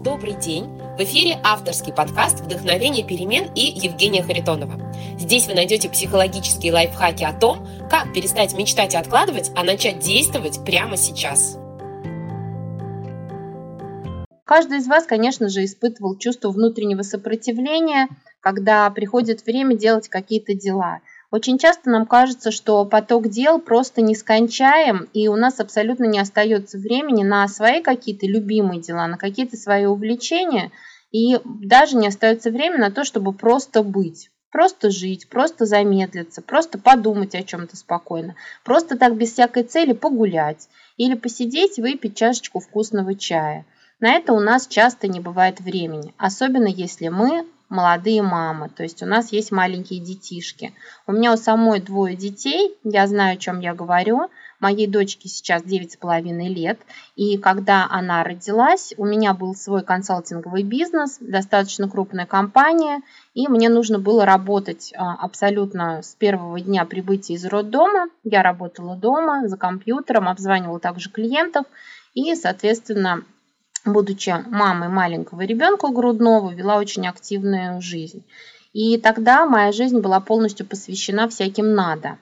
Добрый день! В эфире авторский подкаст «Вдохновение перемен» и Евгения Харитонова. Здесь вы найдете психологические лайфхаки о том, как перестать мечтать и откладывать, а начать действовать прямо сейчас. Каждый из вас, конечно же, испытывал чувство внутреннего сопротивления, когда приходит время делать какие-то дела. Очень часто нам кажется, что поток дел просто нескончаем, и у нас абсолютно не остается времени на свои какие-то любимые дела, на какие-то свои увлечения, и даже не остается времени на то, чтобы просто быть. Просто жить, просто замедлиться, просто подумать о чем-то спокойно, просто так без всякой цели погулять или посидеть и выпить чашечку вкусного чая. На это у нас часто не бывает времени, особенно если мы молодые мамы, то есть у нас есть маленькие детишки. У меня у самой 2 детей, я знаю, о чем я говорю. Моей дочке сейчас 9,5 лет, и когда она родилась, у меня был свой консалтинговый бизнес, достаточно крупная компания, и мне нужно было работать абсолютно с первого дня прибытия из роддома. Я работала дома, за компьютером, обзванивала также клиентов, и, соответственно, будучи мамой маленького ребенка грудного, вела очень активную жизнь. И тогда моя жизнь была полностью посвящена всяким надо.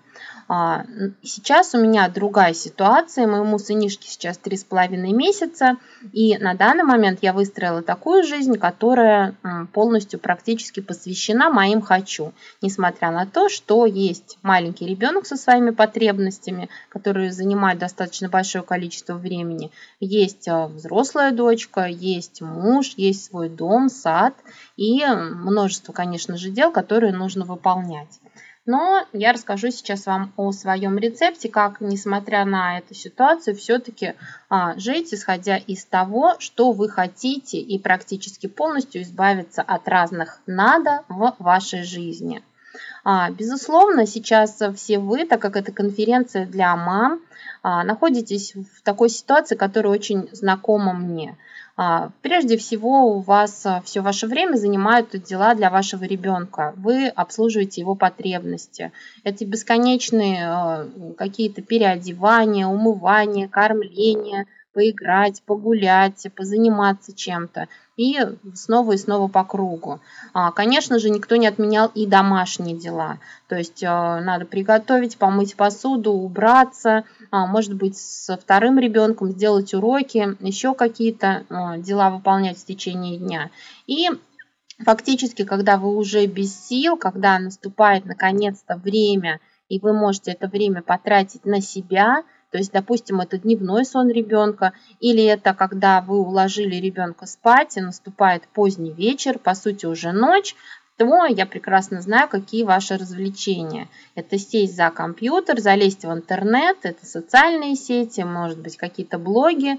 Сейчас у меня другая ситуация, моему сынишке сейчас 3,5 месяца, и на данный момент я выстроила такую жизнь, которая полностью практически посвящена моим «хочу», несмотря на то, что есть маленький ребенок со своими потребностями, которые занимают достаточно большое количество времени, есть взрослая дочка, есть муж, есть свой дом, сад и множество, конечно же, дел, которые нужно выполнять. Но я расскажу сейчас вам о своем рецепте, как, несмотря на эту ситуацию, все-таки жить, исходя из того, что вы хотите, и практически полностью избавиться от разных «надо» в вашей жизни. Безусловно, сейчас все вы, так как это конференция для мам, находитесь в такой ситуации, которая очень знакома мне. Прежде всего, у вас все ваше время занимают дела для вашего ребенка. Вы обслуживаете его потребности. Это бесконечные какие-то переодевания, умывания, кормление, поиграть, погулять, позаниматься чем-то. И снова по кругу. Конечно же, никто не отменял и домашние дела. То есть надо приготовить, помыть посуду, убраться, может быть, со вторым ребенком сделать уроки, еще какие-то дела выполнять в течение дня. И фактически, когда вы уже без сил, когда наступает наконец-то время, и вы можете это время потратить на себя, то есть, допустим, это дневной сон ребенка, или это когда вы уложили ребенка спать, и наступает поздний вечер, по сути уже ночь, то я прекрасно знаю, какие ваши развлечения. Это сесть за компьютер, залезть в интернет, это социальные сети, может быть, какие-то блоги,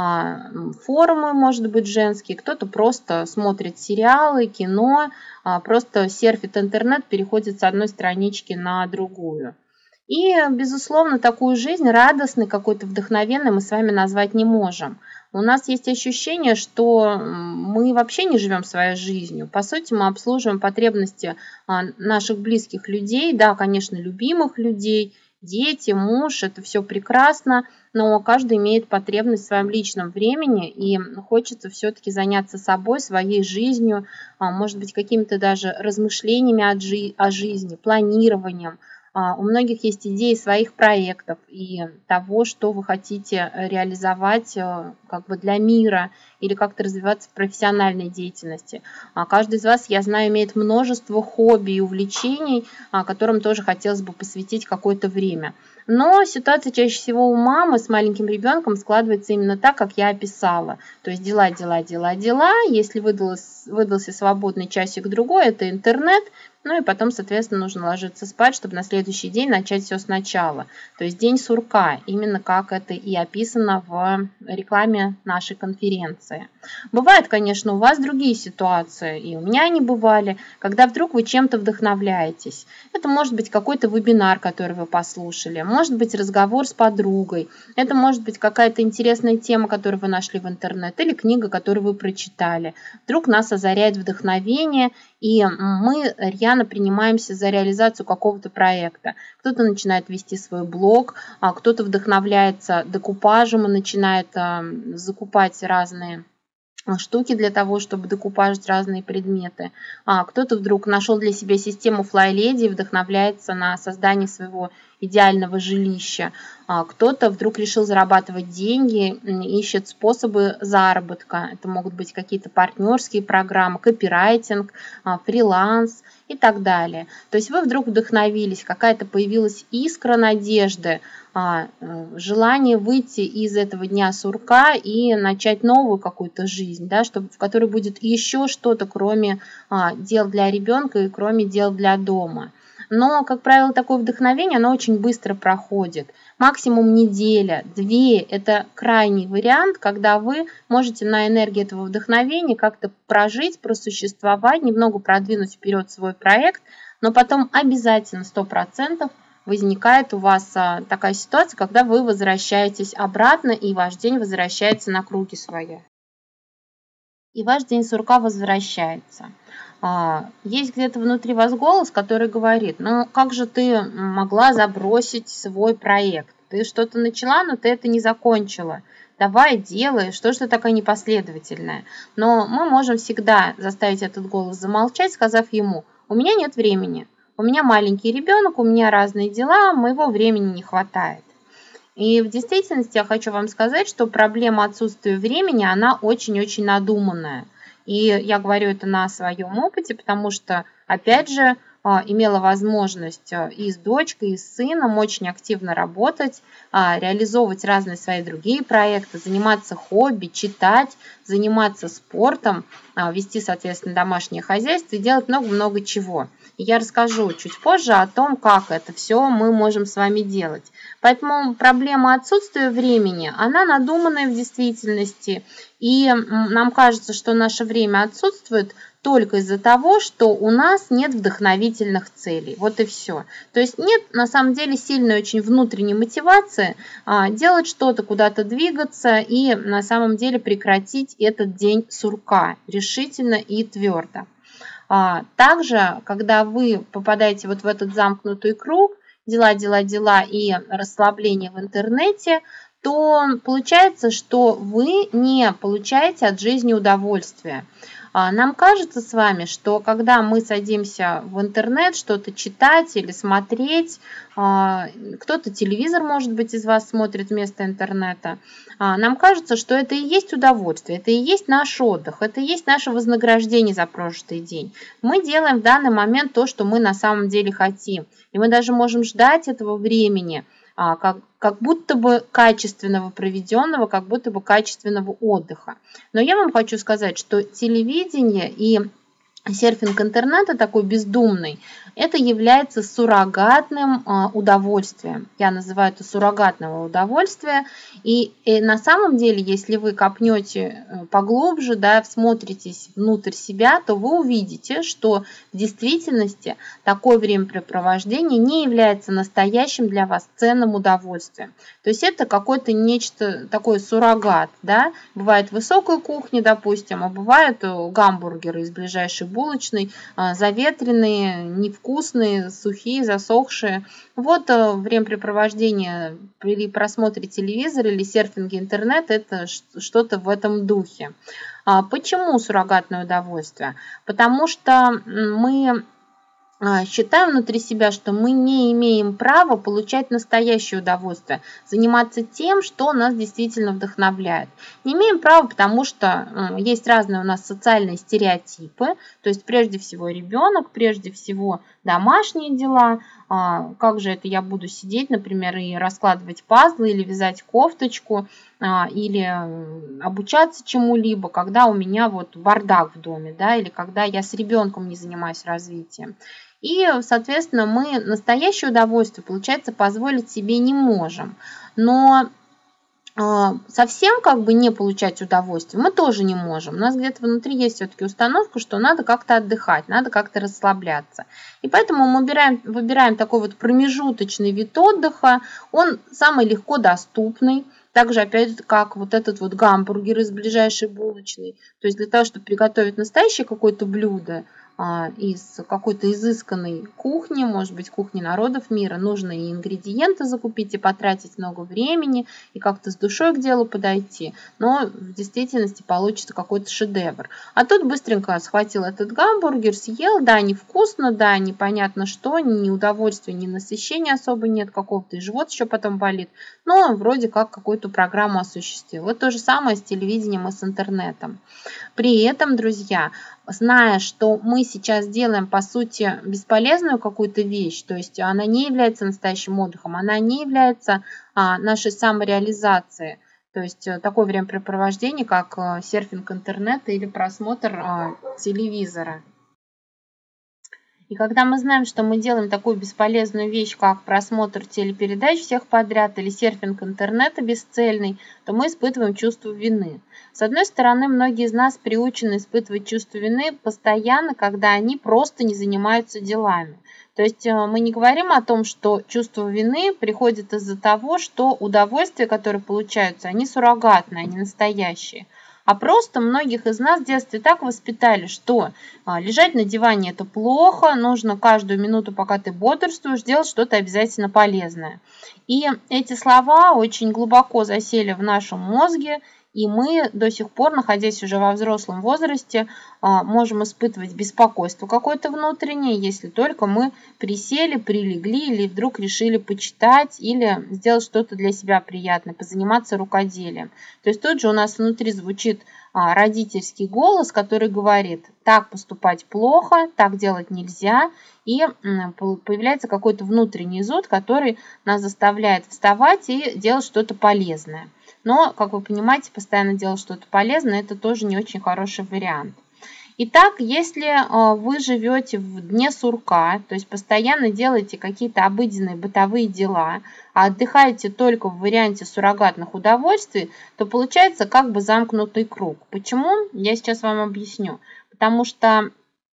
форумы, может быть, женские. Кто-то просто смотрит сериалы, кино, просто серфит интернет, переходит с одной странички на другую. И, безусловно, такую жизнь радостной, какой-то вдохновенной мы с вами назвать не можем. У нас есть ощущение, что мы вообще не живем своей жизнью. По сути, мы обслуживаем потребности наших близких людей, да, конечно, любимых людей, дети, муж, это все прекрасно, но каждый имеет потребность в своем личном времени, и хочется все-таки заняться собой, своей жизнью, может быть, какими-то даже размышлениями о жизни, планированием. У многих есть идеи своих проектов и того, что вы хотите реализовать как бы для мира или как-то развиваться в профессиональной деятельности. Каждый из вас, я знаю, имеет множество хобби и увлечений, которым тоже хотелось бы посвятить какое-то время. Но ситуация чаще всего у мамы с маленьким ребенком складывается именно так, как я описала. То есть дела. Если выдался свободный часик-другой, это интернет. Ну и потом, соответственно, нужно ложиться спать, чтобы на следующий день начать все сначала. То есть день сурка, именно как это и описано в рекламе нашей конференции. Бывают, конечно, у вас другие ситуации, и у меня они бывали, когда вдруг вы чем-то вдохновляетесь. Это может быть какой-то вебинар, который вы послушали, может быть разговор с подругой, это может быть какая-то интересная тема, которую вы нашли в интернете, или книга, которую вы прочитали. Вдруг нас озаряет вдохновение, и мы рьяно принимаемся за реализацию какого-то проекта. Кто-то начинает вести свой блог, кто-то вдохновляется декупажем и начинает закупать разные штуки для того, чтобы докупажить разные предметы. Кто-то вдруг нашел для себя систему Fly-Lady и вдохновляется на создание своего идеального жилища. Кто-то вдруг решил зарабатывать деньги, ищет способы заработка. Это могут быть какие-то партнерские программы, копирайтинг, фриланс и так далее. То есть вы вдруг вдохновились, какая-то появилась искра надежды, желание выйти из этого дня сурка и начать новую какую-то жизнь, да, в которой будет еще что-то, кроме дел для ребенка и кроме дел для дома. Но, как правило, такое вдохновение, оно очень быстро проходит. Максимум неделя, 2 – это крайний вариант, когда вы можете на энергии этого вдохновения как-то прожить, просуществовать, немного продвинуть вперед свой проект, но потом обязательно 100% возникает у вас такая ситуация, когда вы возвращаетесь обратно, и ваш день возвращается на круги своя. И ваш день сурка возвращается. Есть где-то внутри вас голос, который говорит: ну как же ты могла забросить свой проект? Ты что-то начала, но ты это не закончила. Давай, делай, что ж ты такая непоследовательная? Но мы можем всегда заставить этот голос замолчать, сказав ему: у меня нет времени, у меня маленький ребенок, у меня разные дела, моего времени не хватает. И в действительности я хочу вам сказать, что проблема отсутствия времени, она очень-очень надуманная. И я говорю это на своем опыте, потому что, опять же, имела возможность и с дочкой, и с сыном очень активно работать, реализовывать разные свои другие проекты, заниматься хобби, читать, заниматься спортом, вести, соответственно, домашнее хозяйство и делать много-много чего. И я расскажу чуть позже о том, как это все мы можем с вами делать. Поэтому проблема отсутствия времени, она надуманная в действительности. И нам кажется, что наше время отсутствует только из-за того, что у нас нет вдохновительных целей. Вот и все. То есть нет на самом деле сильной очень внутренней мотивации делать что-то, куда-то двигаться и на самом деле прекратить этот день сурка решительно и твердо. Также, когда вы попадаете вот в этот замкнутый круг, дела и расслабление в интернете, то получается, что вы не получаете от жизни удовольствия. Нам кажется с вами, что когда мы садимся в интернет что-то читать или смотреть, кто-то телевизор, может быть, из вас смотрит вместо интернета, нам кажется, что это и есть удовольствие, это и есть наш отдых, это и есть наше вознаграждение за прожитый день. Мы делаем в данный момент то, что мы на самом деле хотим. И мы даже можем ждать этого времени, как будто бы качественного проведенного, как будто бы качественного отдыха. Но я вам хочу сказать, что телевидение и серфинг интернета такой бездумный, это является суррогатным удовольствием. Я называю это суррогатное удовольствие. И на самом деле, если вы копнете поглубже, да, всмотритесь внутрь себя, то вы увидите, что в действительности такое времяпрепровождение не является настоящим для вас ценным удовольствием. То есть это какое-то нечто такое суррогат. Да? Бывает высокая кухня, допустим, а бывают гамбургеры из ближайшей булочной, заветренные, невкусные, сухие, засохшие. Вот времяпрепровождение при просмотре телевизора или серфинге интернета – это что-то в этом духе. Почему суррогатное удовольствие? Потому что мы считаем внутри себя, что мы не имеем права получать настоящее удовольствие, заниматься тем, что нас действительно вдохновляет. Не имеем права, потому что есть разные у нас социальные стереотипы, то есть прежде всего ребенок, прежде всего домашние дела. Как же это я буду сидеть, например, и раскладывать пазлы или вязать кофточку, или обучаться чему-либо, когда у меня вот бардак в доме, да, или когда я с ребенком не занимаюсь развитием. И, соответственно, мы настоящее удовольствие, получается, позволить себе не можем. Но совсем как бы не получать удовольствие мы тоже не можем. У нас где-то внутри есть все-таки установка, что надо как-то отдыхать, надо как-то расслабляться. И поэтому мы выбираем такой вот промежуточный вид отдыха. Он самый легко доступный. Также, опять же, как вот этот вот гамбургер из ближайшей булочной. То есть для того, чтобы приготовить настоящее какое-то блюдо, из какой-то изысканной кухни, может быть, кухни народов мира, нужно и ингредиенты закупить, и потратить много времени, и как-то с душой к делу подойти, но в действительности получится какой-то шедевр. А тут быстренько схватил этот гамбургер, съел, да, невкусно, да, непонятно что, ни удовольствия, ни насыщения особо нет какого-то, и живот еще потом болит, но вроде как какую-то программу осуществил. Вот то же самое с телевидением и с интернетом. При этом, друзья, зная, что мы сейчас делаем, по сути, бесполезную какую-то вещь, то есть она не является настоящим отдыхом, она не является нашей самореализацией, то есть такое времяпрепровождение, как серфинг интернета или просмотр телевизора. И когда мы знаем, что мы делаем такую бесполезную вещь, как просмотр телепередач всех подряд или серфинг интернета бесцельный, то мы испытываем чувство вины. С одной стороны, многие из нас приучены испытывать чувство вины постоянно, когда они просто не занимаются делами. То есть мы не говорим о том, что чувство вины приходит из-за того, что удовольствия, которые получаются, они суррогатные, они настоящие. А просто многих из нас в детстве так воспитали, что лежать на диване – это плохо, нужно каждую минуту, пока ты бодрствуешь, делать что-то обязательно полезное. И эти слова очень глубоко засели в нашем мозге, и мы до сих пор, находясь уже во взрослом возрасте, можем испытывать беспокойство какое-то внутреннее, если только мы присели, прилегли или вдруг решили почитать или сделать что-то для себя приятное, позаниматься рукоделием. То есть тут же у нас внутри звучит родительский голос, который говорит: так поступать плохо, так делать нельзя, и появляется какой-то внутренний зуд, который нас заставляет вставать и делать что-то полезное. Но, как вы понимаете, постоянно делать что-то полезное – это тоже не очень хороший вариант. Итак, если вы живете в дне сурка, то есть постоянно делаете какие-то обыденные бытовые дела, а отдыхаете только в варианте суррогатных удовольствий, то получается как бы замкнутый круг. Почему? Я сейчас вам объясню. Потому что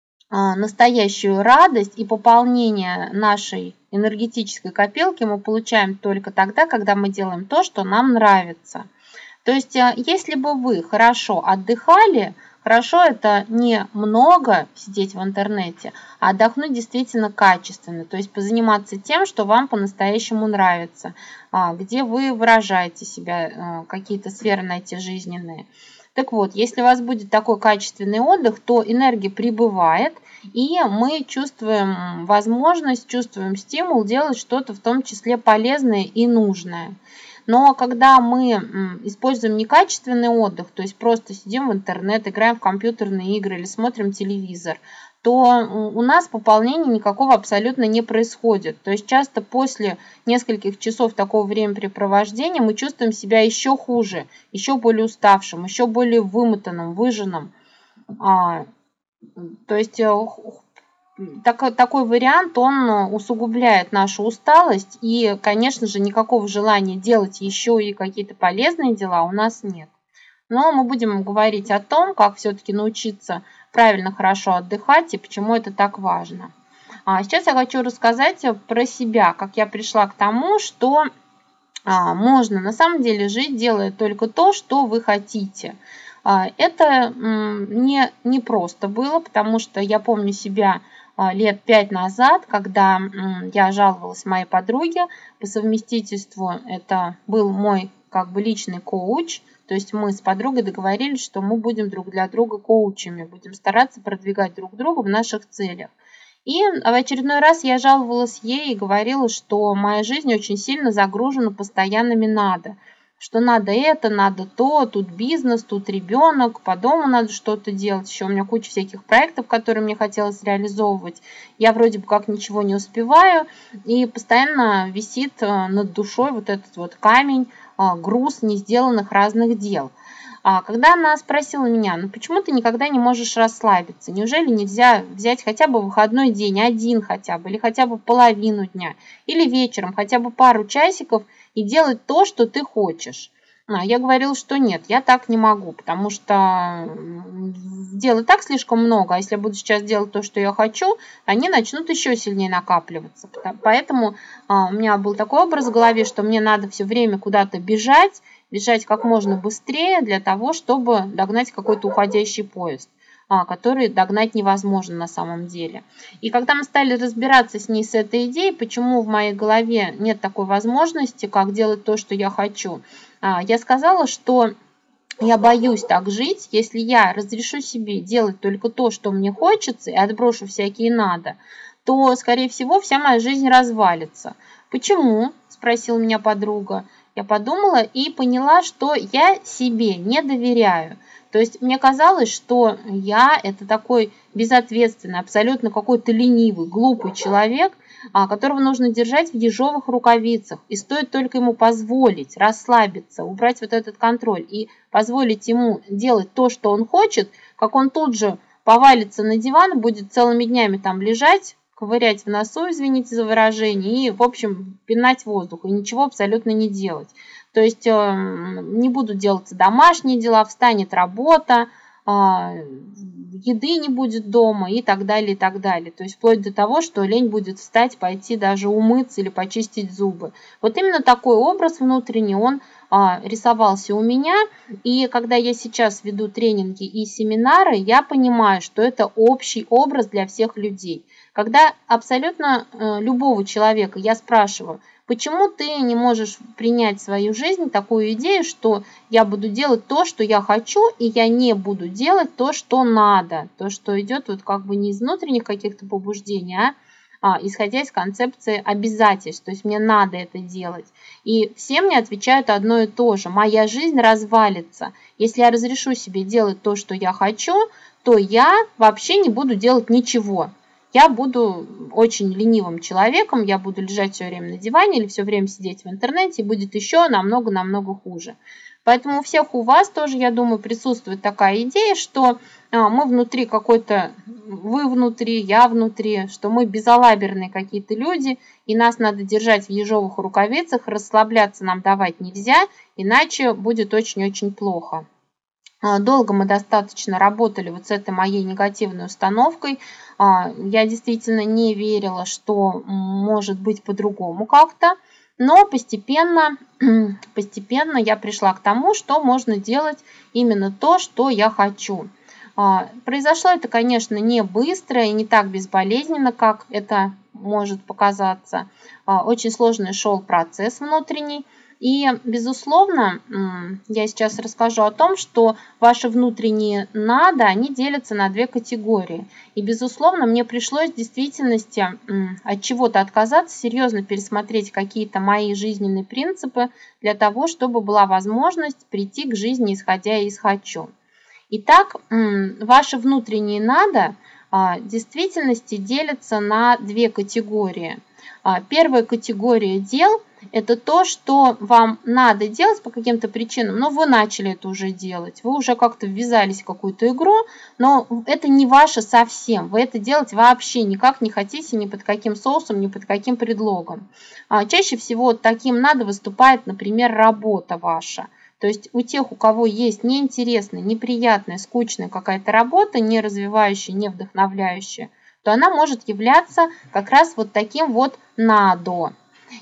настоящую радость и пополнение нашей энергетической копилки мы получаем только тогда, когда мы делаем то, что нам нравится. То есть, если бы вы хорошо отдыхали, хорошо это не много сидеть в интернете, а отдохнуть действительно качественно, то есть позаниматься тем, что вам по-настоящему нравится, где вы выражаете себя, какие-то сферы найти жизненные. Так вот, если у вас будет такой качественный отдых, то энергия прибывает, и мы чувствуем возможность, чувствуем стимул делать что-то в том числе полезное и нужное. Но когда мы используем некачественный отдых, то есть просто сидим в интернет, играем в компьютерные игры или смотрим телевизор, то у нас пополнения никакого абсолютно не происходит. То есть часто после нескольких часов такого времяпрепровождения мы чувствуем себя еще хуже, еще более уставшим, еще более вымотанным, выжженным. То есть такой вариант, он усугубляет нашу усталость, и, конечно же, никакого желания делать еще и какие-то полезные дела у нас нет. Но мы будем говорить о том, как все-таки научиться правильно, хорошо отдыхать и почему это так важно. Сейчас я хочу рассказать про себя, как я пришла к тому, что можно на самом деле жить, делая только то, что вы хотите. Это не просто было, потому что я помню себя лет 5 назад, когда я жаловалась моей подруге, по совместительству это был мой как бы личный коуч, то есть мы с подругой договорились, что мы будем друг для друга коучами, будем стараться продвигать друг друга в наших целях. И в очередной раз я жаловалась ей и говорила, что моя жизнь очень сильно загружена постоянными «надо». Что надо это, надо то, тут бизнес, тут ребенок, по дому надо что-то делать. Еще у меня куча всяких проектов, которые мне хотелось реализовывать. Я вроде бы как ничего не успеваю. И постоянно висит над душой вот этот вот камень, груз не сделанных разных дел. Когда она спросила меня: ну почему ты никогда не можешь расслабиться? Неужели нельзя взять хотя бы выходной день, один хотя бы, или хотя бы половину дня, или вечером хотя бы пару часиков и делать то, что ты хочешь? Я говорила, что нет, я так не могу, потому что дел и так слишком много, а если я буду сейчас делать то, что я хочу, они начнут еще сильнее накапливаться. Поэтому у меня был такой образ в голове, что мне надо все время куда-то бежать как можно быстрее для того, чтобы догнать какой-то уходящий поезд. которые догнать невозможно на самом деле. И когда мы стали разбираться с ней, с этой идеей, почему в моей голове нет такой возможности, как делать то, что я хочу, я сказала, что я боюсь так жить, если я разрешу себе делать только то, что мне хочется, и отброшу всякие надо, то, скорее всего, вся моя жизнь развалится. Почему? Спросила меня подруга. Я подумала и поняла, что я себе не доверяю. То есть мне казалось, что я это такой безответственный, абсолютно какой-то ленивый, глупый человек, которого нужно держать в ежовых рукавицах. И стоит только ему позволить расслабиться, убрать вот этот контроль и позволить ему делать то, что он хочет, как он тут же повалится на диван, будет целыми днями там лежать, ковырять в носу, извините за выражение, и, в общем, пинать воздух, и ничего абсолютно не делать. То есть не будут делаться домашние дела, встанет работа, еды не будет дома и так далее, и так далее. То есть вплоть до того, что лень будет встать, пойти даже умыться или почистить зубы. Вот именно такой образ внутренний, он рисовался у меня. И когда я сейчас веду тренинги и семинары, я понимаю, что это общий образ для всех людей. Когда абсолютно любого человека я спрашиваю, почему ты не можешь принять в свою жизнь такую идею, что я буду делать то, что я хочу, и я не буду делать то, что надо, то, что идет вот как бы не из внутренних каких-то побуждений, исходя из концепции обязательств, то есть мне надо это делать. И все мне отвечают одно и то же: моя жизнь развалится. Если я разрешу себе делать то, что я хочу, то я вообще не буду делать ничего. Я буду очень ленивым человеком, я буду лежать все время на диване или все время сидеть в интернете, и будет еще намного-намного хуже. Поэтому у всех у вас тоже, я думаю, присутствует такая идея, что мы внутри какой-то, вы внутри, я внутри, что мы безалаберные какие-то люди, и нас надо держать в ежовых рукавицах, расслабляться нам давать нельзя, иначе будет очень-очень плохо. Долго мы достаточно работали вот с этой моей негативной установкой. Я действительно не верила, что может быть по-другому как-то, но постепенно я пришла к тому, что можно делать именно то, что я хочу. Произошло это, конечно, не быстро и не так безболезненно, как это может показаться. Очень сложный шел процесс внутренний. И, безусловно, я сейчас расскажу о том, что ваши внутренние «надо», они делятся на две категории. И, безусловно, мне пришлось в действительности от чего-то отказаться, серьезно пересмотреть какие-то мои жизненные принципы для того, чтобы была возможность прийти к жизни, исходя из «хочу». Итак, ваши внутренние «надо» в действительности делятся на две категории. Первая категория дел – это то, что вам надо делать по каким-то причинам, но вы начали это уже делать, вы уже как-то ввязались в какую-то игру, но это не ваше совсем, вы это делать вообще никак не хотите, ни под каким соусом, ни под каким предлогом. Чаще всего таким надо выступает, например, работа ваша. То есть у тех, у кого есть неинтересная, неприятная, скучная какая-то работа, не развивающая, не вдохновляющая, то она может являться как раз вот таким вот «надо».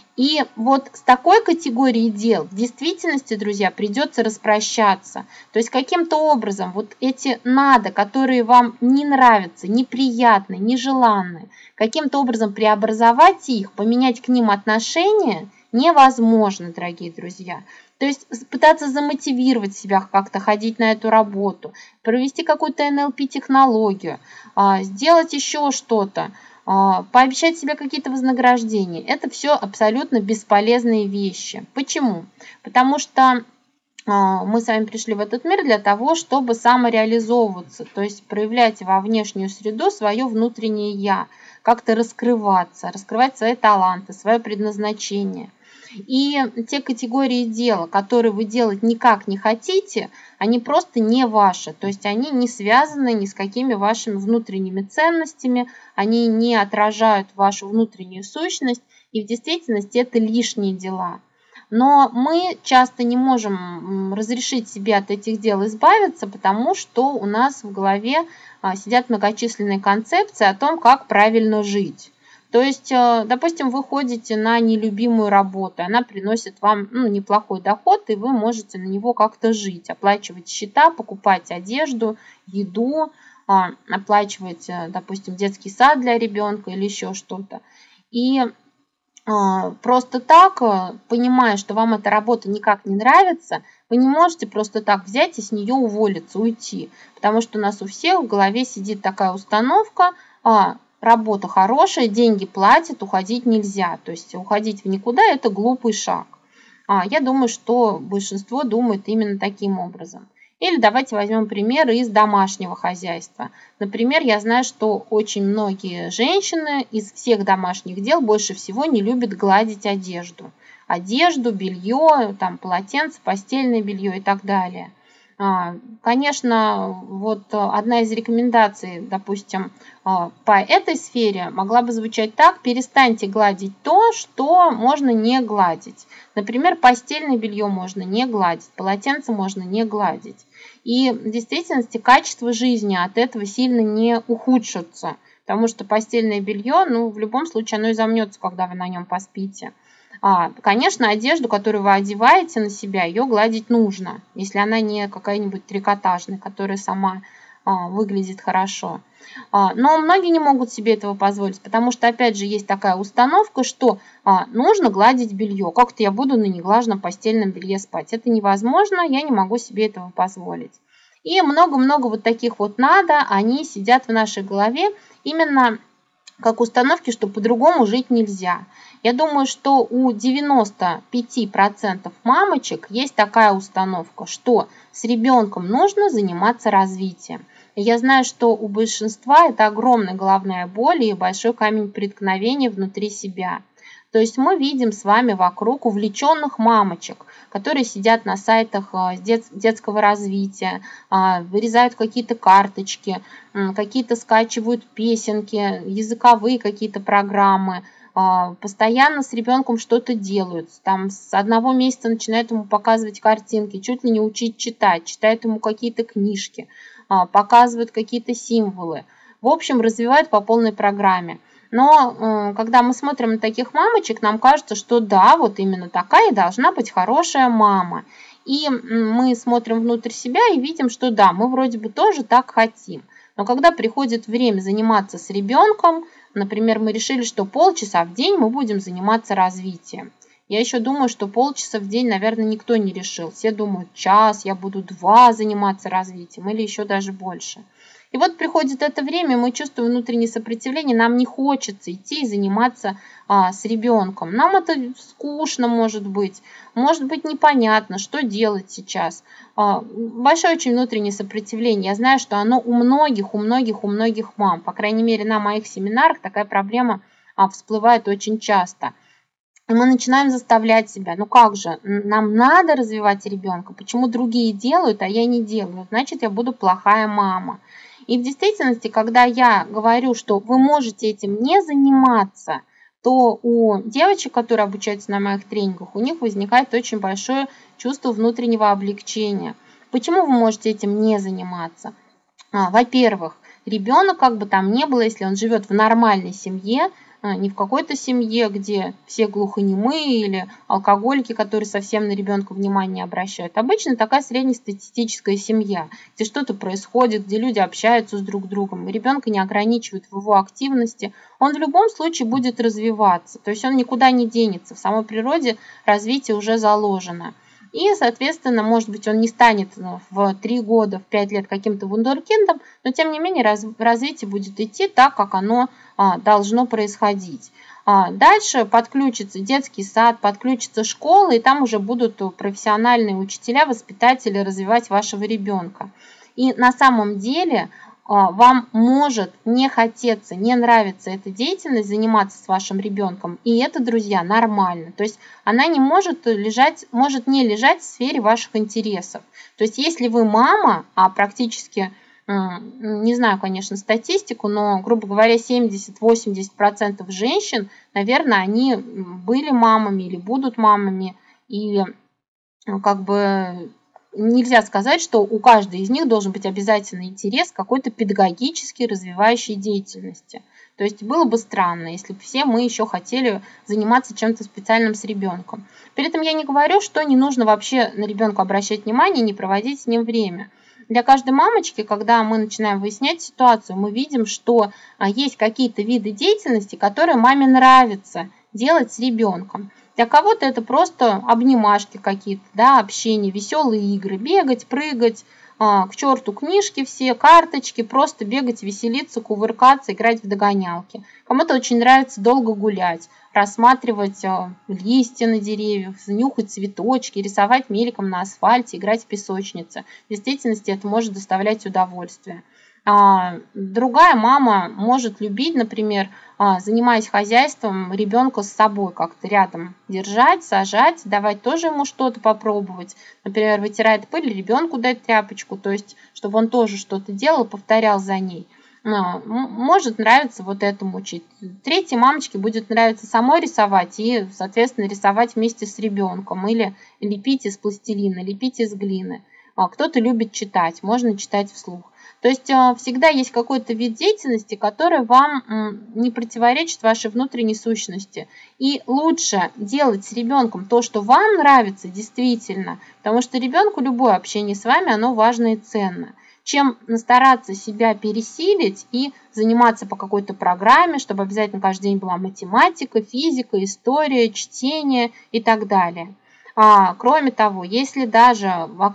И вот с такой категорией дел в действительности, друзья, придется распрощаться. То есть каким-то образом вот эти «надо», которые вам не нравятся, неприятны, нежеланны, каким-то образом преобразовать их, поменять к ним отношение невозможно, дорогие друзья. То есть пытаться замотивировать себя как-то ходить на эту работу, провести какую-то НЛП-технологию, сделать еще что-то, пообещать себе какие-то вознаграждения. Это все абсолютно бесполезные вещи. Почему? Потому что мы с вами пришли в этот мир для того, чтобы самореализовываться, то есть проявлять во внешнюю среду свое внутреннее «я», как-то раскрываться, раскрывать свои таланты, свое предназначение. И те категории дела, которые вы делать никак не хотите, они просто не ваши, то есть они не связаны ни с какими вашими внутренними ценностями, они не отражают вашу внутреннюю сущность, и в действительности это лишние дела. Но мы часто не можем разрешить себе от этих дел избавиться, потому что у нас в голове сидят многочисленные концепции о том, как правильно жить. То есть, допустим, вы ходите на нелюбимую работу, она приносит вам неплохой доход, и вы можете на него как-то жить, оплачивать счета, покупать одежду, еду, оплачивать, допустим, детский сад для ребенка или еще что-то. И просто так, понимая, что вам эта работа никак не нравится, вы не можете просто так взять и с нее уволиться, уйти. Потому что у нас у всех в голове сидит такая установка: работа хорошая, деньги платят, уходить нельзя. То есть уходить в никуда – это глупый шаг. Я думаю, что большинство думает именно таким образом. Или давайте возьмем пример из домашнего хозяйства. Например, я знаю, что очень многие женщины из всех домашних дел больше всего не любят гладить одежду. Одежду, белье, там, полотенце, постельное белье и так далее. Конечно, вот одна из рекомендаций, допустим, по этой сфере могла бы звучать так: перестаньте гладить то, что можно не гладить. Например, постельное белье можно не гладить, полотенце можно не гладить. И в действительности качество жизни от этого сильно не ухудшится, потому что постельное белье, в любом случае, оно и замнется, когда вы на нем поспите. Конечно, одежду, которую вы одеваете на себя, ее гладить нужно, если она не какая-нибудь трикотажная, которая сама выглядит хорошо. Но многие не могут себе этого позволить, потому что, опять же, есть такая установка, что нужно гладить белье. Как-то я буду на неглаженном постельном белье спать. Это невозможно, я не могу себе этого позволить. И много-много вот таких вот надо, они сидят в нашей голове именно как установки, что по-другому жить нельзя. Я думаю, что у 95% мамочек есть такая установка, что с ребенком нужно заниматься развитием. И я знаю, что у большинства это огромная головная боль и большой камень преткновения внутри себя. То есть мы видим с вами вокруг увлеченных мамочек, которые сидят на сайтах детского развития, вырезают какие-то карточки, какие-то скачивают песенки, языковые какие-то программы, постоянно с ребенком что-то делают. Там с одного месяца начинают ему показывать картинки, чуть ли не учить читать, читают ему какие-то книжки, показывают какие-то символы. В общем, развивают по полной программе. Но когда мы смотрим на таких мамочек, нам кажется, что да, вот именно такая должна быть хорошая мама. И мы смотрим внутрь себя и видим, что да, мы вроде бы тоже так хотим. Но когда приходит время заниматься с ребенком, например, мы решили, что полчаса в день мы будем заниматься развитием. Я еще думаю, что полчаса в день, наверное, никто не решил. Все думают, час, я буду 2 заниматься развитием или еще даже больше. И вот приходит это время, мы чувствуем внутреннее сопротивление, нам не хочется идти и заниматься с ребенком. Нам это скучно, может быть непонятно, что делать сейчас. Большое очень внутреннее сопротивление. Я знаю, что оно у многих мам. По крайней мере, на моих семинарах такая проблема всплывает очень часто. И мы начинаем заставлять себя, как же, нам надо развивать ребенка, почему другие делают, а я не делаю, значит, я буду плохая мама. И в действительности, когда я говорю, что вы можете этим не заниматься, то у девочек, которые обучаются на моих тренингах, у них возникает очень большое чувство внутреннего облегчения. Почему вы можете этим не заниматься? Во-первых, ребенок, как бы там ни было, если он живет в нормальной семье, не в какой-то семье, где все глухонемые или алкоголики, которые совсем на ребенка внимания не обращают. Обычно такая среднестатистическая семья, где что-то происходит, где люди общаются с друг другом, и ребенка не ограничивают в его активности, он в любом случае будет развиваться. То есть он никуда не денется, в самой природе развитие уже заложено. И, соответственно, может быть, он не станет в 3 года, в 5 лет каким-то вундеркиндом, но, тем не менее, развитие будет идти так, как оно должно происходить. Дальше подключится детский сад, подключится школа, и там уже будут профессиональные учителя, воспитатели развивать вашего ребенка. И на самом деле вам может не хотеться, не нравится эта деятельность, заниматься с вашим ребенком, и это, друзья, нормально. То есть она не может не лежать в сфере ваших интересов. То есть если вы мама, а практически, не знаю, конечно, статистику, но, грубо говоря, 70-80% женщин, наверное, они были мамами или будут мамами, и нельзя сказать, что у каждой из них должен быть обязательно интерес к какой-то педагогически развивающей деятельности. То есть было бы странно, если бы все мы еще хотели заниматься чем-то специальным с ребенком. При этом я не говорю, что не нужно вообще на ребенка обращать внимание и не проводить с ним время. для каждой мамочки, когда мы начинаем выяснять ситуацию, мы видим, что есть какие-то виды деятельности, которые маме нравится делать с ребенком. Для кого-то это просто обнимашки какие-то, да, общение, веселые игры, бегать, прыгать, к черту книжки все, карточки, просто бегать, веселиться, кувыркаться, играть в догонялки. Кому-то очень нравится долго гулять, рассматривать листья на деревьях, нюхать цветочки, рисовать меликом на асфальте, играть в песочнице. В действительности это может доставлять удовольствие. Другая мама может любить, например, занимаясь хозяйством, ребенка с собой как-то рядом держать, сажать, давать тоже ему что-то попробовать. Например, вытирает пыль, ребенку дать тряпочку, то есть, чтобы он тоже что-то делал, повторял за ней. Может нравиться вот этому учить. Третьей мамочке будет нравиться самой рисовать и, соответственно, рисовать вместе с ребенком или лепить из пластилина, лепить из глины. Кто-то любит читать, можно читать вслух. То есть всегда есть какой-то вид деятельности, который вам не противоречит вашей внутренней сущности. И лучше делать с ребенком то, что вам нравится действительно, потому что ребенку любое общение с вами, оно важно и ценно, чем стараться себя пересилить и заниматься по какой-то программе, чтобы обязательно каждый день была математика, физика, история, чтение и так далее. Кроме того, если даже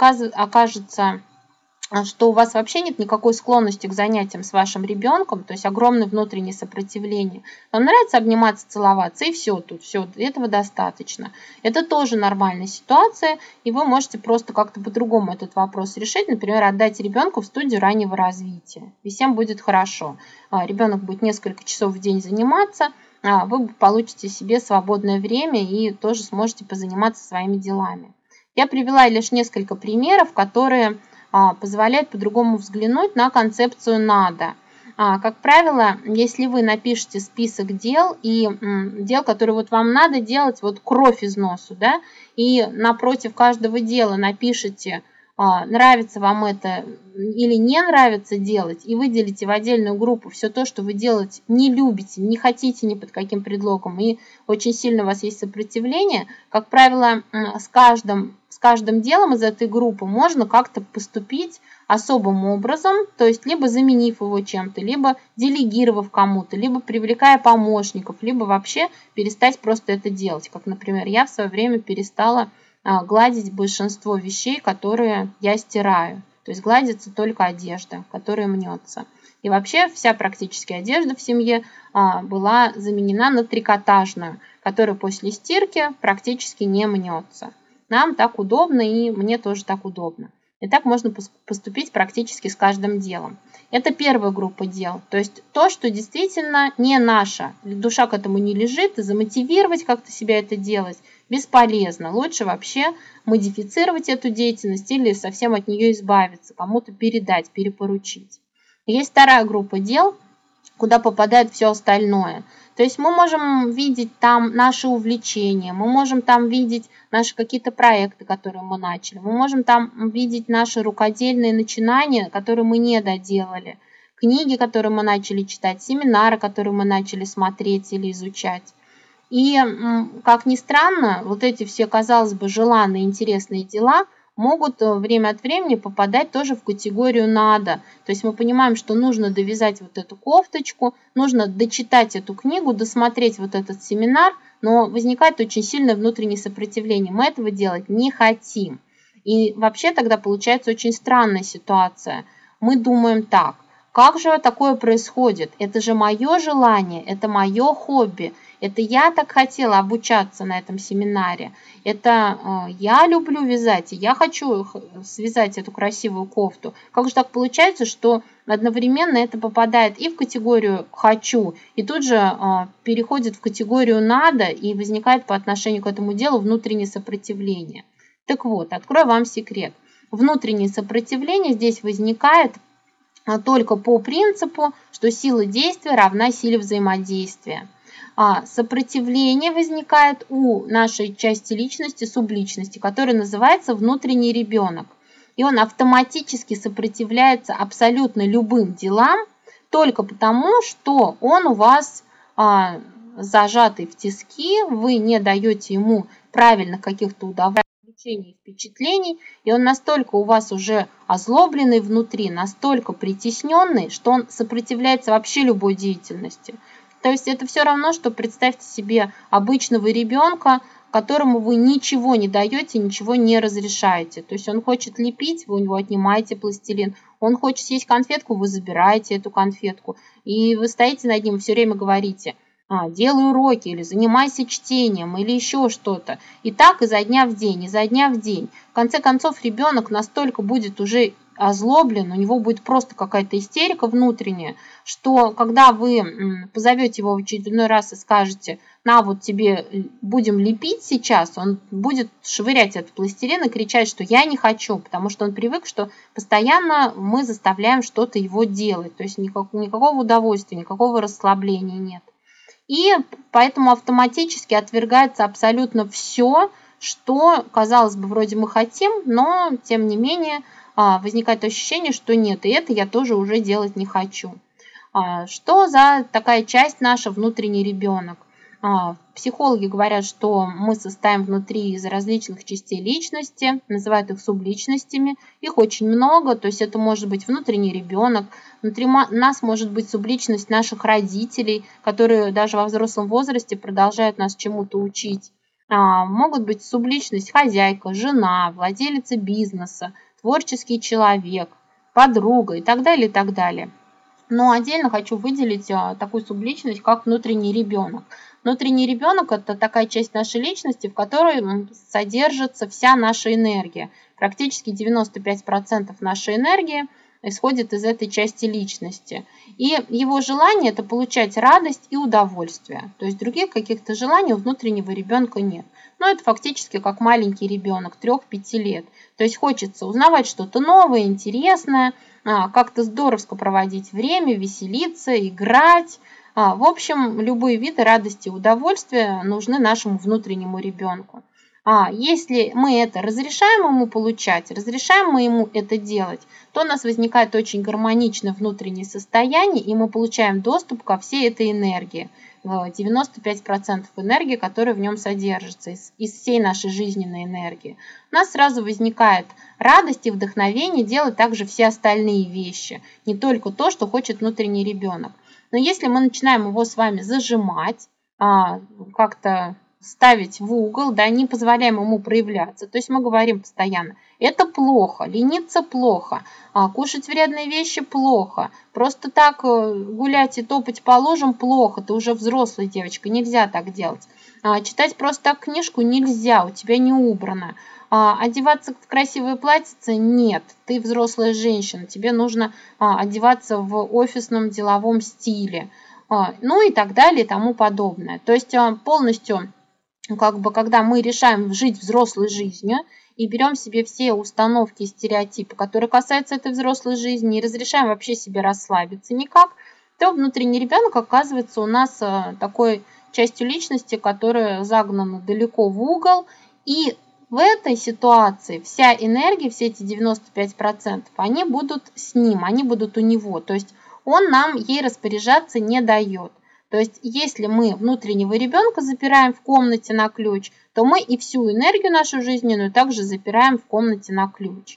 окажется, что у вас вообще нет никакой склонности к занятиям с вашим ребенком, то есть огромное внутреннее сопротивление, вам нравится обниматься, целоваться, и все тут, все, этого достаточно. Это тоже нормальная ситуация, и вы можете просто как-то по-другому этот вопрос решить, например, отдать ребенку в студию раннего развития, и всем будет хорошо. Ребенок будет несколько часов в день заниматься, вы получите себе свободное время и тоже сможете позаниматься своими делами. Я привела лишь несколько примеров, которые позволяет по-другому взглянуть на концепцию «надо». Как правило, если вы напишете список дел и дел, которые вот вам надо делать, вот кровь из носу, да, и напротив каждого дела напишите, нравится вам это или не нравится делать, и выделите в отдельную группу все то, что вы делать не любите, не хотите ни под каким предлогом, и очень сильно у вас есть сопротивление, как правило, с каждым делом из этой группы можно как-то поступить особым образом, то есть либо заменив его чем-то, либо делегировав кому-то, либо привлекая помощников, либо вообще перестать просто это делать. Как, например, я в свое время перестала гладить большинство вещей, которые я стираю. То есть гладится только одежда, которая мнется. И вообще вся практически одежда в семье была заменена на трикотажную, которая после стирки практически не мнется. Нам так удобно, и мне тоже так удобно. И так можно поступить практически с каждым делом. Это первая группа дел, то есть то, что действительно не наше. Душа к этому не лежит, и замотивировать как-то себя это делать бесполезно. Лучше вообще модифицировать эту деятельность или совсем от нее избавиться, кому-то передать, перепоручить. Есть вторая группа дел, куда попадает все остальное. То есть мы можем видеть там наши увлечения, мы можем там видеть наши какие-то проекты, которые мы начали, мы можем там видеть наши рукодельные начинания, которые мы не доделали, книги, которые мы начали читать, семинары, которые мы начали смотреть или изучать. И, как ни странно, вот эти все, казалось бы, желанные, интересные дела могут время от времени попадать тоже в категорию «надо». То есть мы понимаем, что нужно довязать вот эту кофточку, нужно дочитать эту книгу, досмотреть вот этот семинар, но возникает очень сильное внутреннее сопротивление. Мы этого делать не хотим. И вообще тогда получается очень странная ситуация. Мы думаем так: как же такое происходит? Это же мое желание, это мое хобби. Это я так хотела обучаться на этом семинаре. Это я люблю вязать, и я хочу связать эту красивую кофту. Как же так получается, что одновременно это попадает и в категорию «хочу», и тут же переходит в категорию «надо», и возникает по отношению к этому делу внутреннее сопротивление. Так вот, открою вам секрет. Внутреннее сопротивление здесь возникает только по принципу, что сила действия равна силе взаимодействия. Сопротивление возникает у нашей части личности, субличности, которая называется внутренний ребенок. И он автоматически сопротивляется абсолютно любым делам только потому, что он у вас зажатый в тиски, вы не даете ему правильных каких-то удовольствий, ощущений и впечатлений, и он настолько у вас уже озлобленный внутри, настолько притесненный, что он сопротивляется вообще любой деятельности. То есть это все равно, что представьте себе обычного ребенка, которому вы ничего не даете, ничего не разрешаете. То есть он хочет лепить, вы у него отнимаете пластилин. Он хочет съесть конфетку, вы забираете эту конфетку. И вы стоите над ним, все время говорите: делай уроки, или занимайся чтением, или еще что-то. И так изо дня в день, изо дня в день. В конце концов, ребенок настолько будет уже озлоблен, у него будет просто какая-то истерика внутренняя, что когда вы позовете его в очередной раз и скажете: на, вот тебе будем лепить сейчас, он будет швырять этот пластилин и кричать, что я не хочу, потому что он привык, что постоянно мы заставляем что-то его делать, то есть никакого удовольствия, никакого расслабления нет. И поэтому автоматически отвергается абсолютно все, что, казалось бы, вроде мы хотим, но тем не менее возникает ощущение, что нет, и это я тоже уже делать не хочу. Что за такая часть наша внутренний ребенок? Психологи говорят, что мы состоим внутри из различных частей личности, называют их субличностями. Их очень много, то есть это может быть внутренний ребенок, внутри нас может быть субличность наших родителей, которые даже во взрослом возрасте продолжают нас чему-то учить. Могут быть субличность хозяйка, жена, владелица бизнеса, творческий человек, подруга и так далее, и так далее. Но отдельно хочу выделить такую субличность, как внутренний ребенок. Внутренний ребенок – это такая часть нашей личности, в которой содержится вся наша энергия. Практически 95% нашей энергии исходит из этой части личности. И его желание – это получать радость и удовольствие. То есть других каких-то желаний у внутреннего ребенка нет. Но это фактически как маленький ребенок 3-5 лет. То есть хочется узнавать что-то новое, интересное, как-то здоровско проводить время, веселиться, играть. В общем, любые виды радости и удовольствия нужны нашему внутреннему ребенку. Если мы это разрешаем ему получать, разрешаем мы ему это делать, то у нас возникает очень гармоничное внутреннее состояние, и мы получаем доступ ко всей этой энергии. 95% энергии, которая в нем содержится, из всей нашей жизненной энергии. У нас сразу возникает радость и вдохновение делать также все остальные вещи, не только то, что хочет внутренний ребенок. Но если мы начинаем его с вами зажимать, как-то ставить в угол, да, не позволяем ему проявляться, то есть мы говорим постоянно: это плохо, лениться плохо, кушать вредные вещи плохо, просто так гулять и топать по лужам плохо, ты уже взрослая девочка, нельзя так делать, читать просто так книжку нельзя, у тебя не убрано, одеваться в красивое платьице нет, ты взрослая женщина, тебе нужно одеваться в офисном деловом стиле, ну и так далее и тому подобное. То есть полностью, когда мы решаем жить взрослой жизнью и берем себе все установки и стереотипы, которые касаются этой взрослой жизни, не разрешаем вообще себе расслабиться никак, то внутренний ребенок оказывается у нас такой частью личности, которая загнана далеко в угол, и в этой ситуации вся энергия, все эти 95%, они будут с ним, они будут у него, то есть он нам ей распоряжаться не дает. То есть если мы внутреннего ребенка запираем в комнате на ключ, то мы и всю энергию нашу жизненную также запираем в комнате на ключ.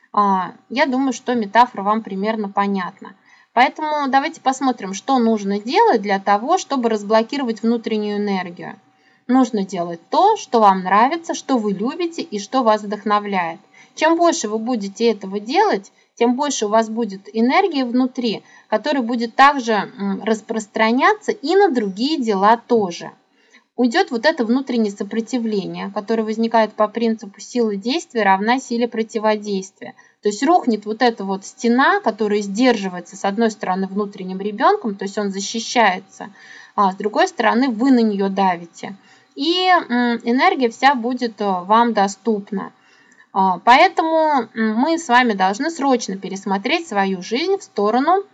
Я думаю, что метафора вам примерно понятна. Поэтому давайте посмотрим, что нужно делать для того, чтобы разблокировать внутреннюю энергию. Нужно делать то, что вам нравится, что вы любите и что вас вдохновляет. Чем больше вы будете этого делать, тем больше у вас будет энергии внутри, которая будет также распространяться и на другие дела тоже. Уйдет вот это внутреннее сопротивление, которое возникает по принципу силы действия равна силе противодействия. То есть рухнет вот эта вот стена, которая сдерживается с одной стороны внутренним ребенком, то есть он защищается, а с другой стороны вы на нее давите. И энергия вся будет вам доступна. Поэтому мы с вами должны срочно пересмотреть свою жизнь в сторону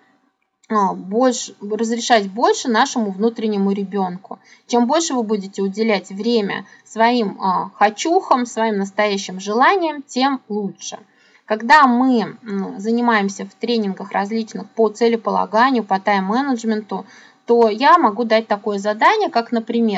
разрешать больше нашему внутреннему ребенку. Чем больше вы будете уделять время своим хочухам, своим настоящим желаниям, тем лучше. Когда мы занимаемся в тренингах различных по целеполаганию, по тайм-менеджменту, то я могу дать такое задание, как, например,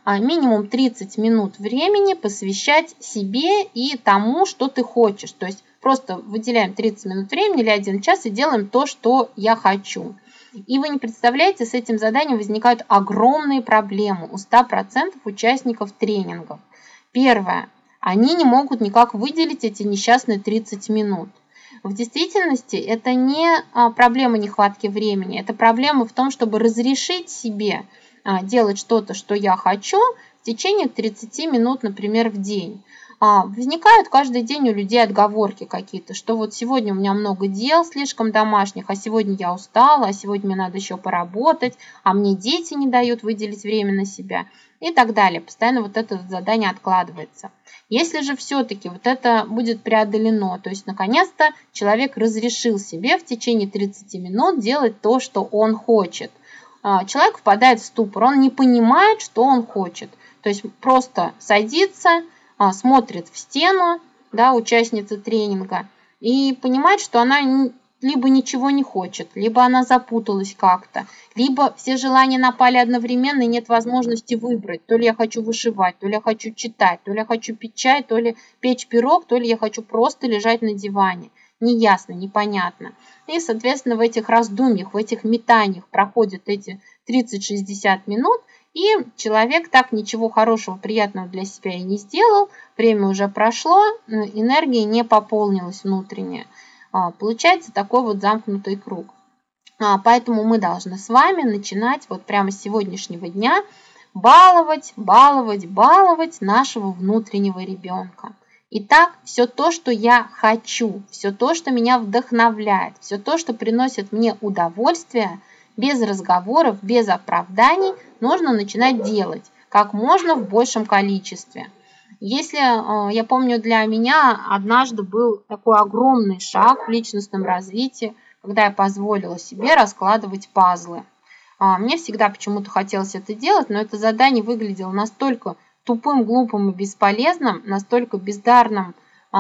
минимум 30 минут времени посвящать себе и тому, что ты хочешь. То есть просто выделяем 30 минут времени или 1 час и делаем то, что я хочу. И вы не представляете, с этим заданием возникают огромные проблемы у 100% участников тренингов. Первое. Они не могут никак выделить эти несчастные 30 минут. В действительности это не проблема нехватки времени, это проблема в том, чтобы разрешить себе делать что-то, что я хочу, в течение 30 минут, например, в день. Возникают каждый день у людей отговорки какие-то, что вот сегодня у меня много дел слишком домашних, а сегодня я устала, а сегодня мне надо еще поработать, а мне дети не дают выделить время на себя и так далее. Постоянно вот это задание откладывается. Если же все-таки вот это будет преодолено, то есть наконец-то человек разрешил себе в течение 30 минут делать то, что он хочет, человек впадает в ступор, он не понимает, что он хочет. То есть просто садится, смотрит в стену, да, участница тренинга, и понимает, что она либо ничего не хочет, либо она запуталась как-то, либо все желания напали одновременно и нет возможности выбрать. То ли я хочу вышивать, то ли я хочу читать, то ли я хочу пить чай, то ли печь пирог, то ли я хочу просто лежать на диване. Неясно, непонятно. И, соответственно, в этих раздумьях, в этих метаниях проходят эти 30-60 минут, и человек так ничего хорошего, приятного для себя и не сделал, время уже прошло, энергия не пополнилась внутренняя. Получается такой вот замкнутый круг. Поэтому мы должны с вами начинать вот прямо с сегодняшнего дня баловать нашего внутреннего ребенка. Итак, все то, что я хочу, все то, что меня вдохновляет, все то, что приносит мне удовольствие, без разговоров, без оправданий, нужно начинать делать как можно в большем количестве. Если, я помню, для меня однажды был такой огромный шаг в личностном развитии, когда я позволила себе раскладывать пазлы. Мне всегда почему-то хотелось это делать, но это задание выглядело настолько тупым, глупым и бесполезным, настолько бездарным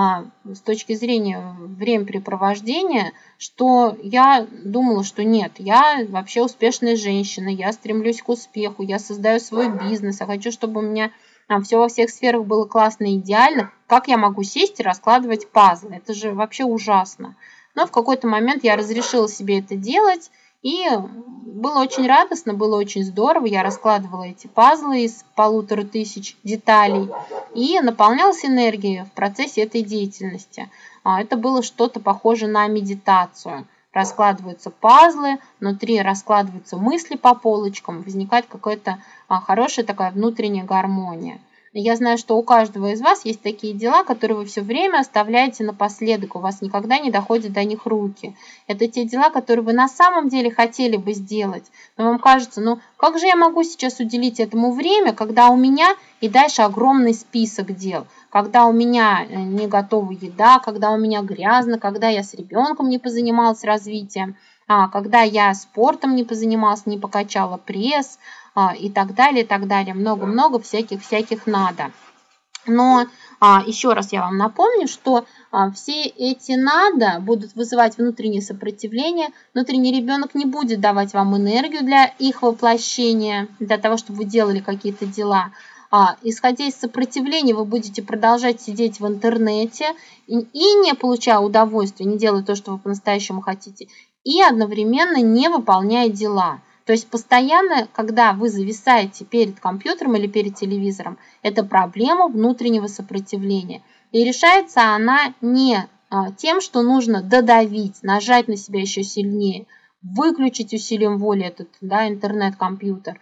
с точки зрения времяпрепровождения, что я думала, что нет, я вообще успешная женщина, я стремлюсь к успеху, я создаю свой бизнес, я хочу, чтобы у меня все во всех сферах было классно и идеально. Как я могу сесть и раскладывать пазлы? Это же вообще ужасно. Но в какой-то момент я разрешила себе это делать, и было очень радостно, было очень здорово. Я раскладывала эти пазлы из 1500 деталей и наполнялась энергией в процессе этой деятельности. Это было что-то похожее на медитацию. Раскладываются пазлы, внутри раскладываются мысли по полочкам, возникает какая-то хорошая такая внутренняя гармония. Я знаю, что у каждого из вас есть такие дела, которые вы все время оставляете напоследок, у вас никогда не доходят до них руки. Это те дела, которые вы на самом деле хотели бы сделать, но вам кажется, ну как же я могу сейчас уделить этому время, когда у меня и дальше огромный список дел, когда у меня не готова еда, когда у меня грязно, когда я с ребенком не позанималась развитием, когда я спортом не позанималась, не покачала пресс, и так далее, много-много всяких надо. Но еще раз я вам напомню, что все эти надо будут вызывать внутреннее сопротивление, внутренний ребенок не будет давать вам энергию для их воплощения, для того, чтобы вы делали какие-то дела. Исходя из сопротивления, вы будете продолжать сидеть в интернете и не получая удовольствия, не делая то, что вы по-настоящему хотите, и одновременно не выполняя дела. То есть постоянно, когда вы зависаете перед компьютером или перед телевизором, это проблема внутреннего сопротивления. И решается она не тем, что нужно додавить, нажать на себя еще сильнее, выключить усилием воли этот интернет-компьютер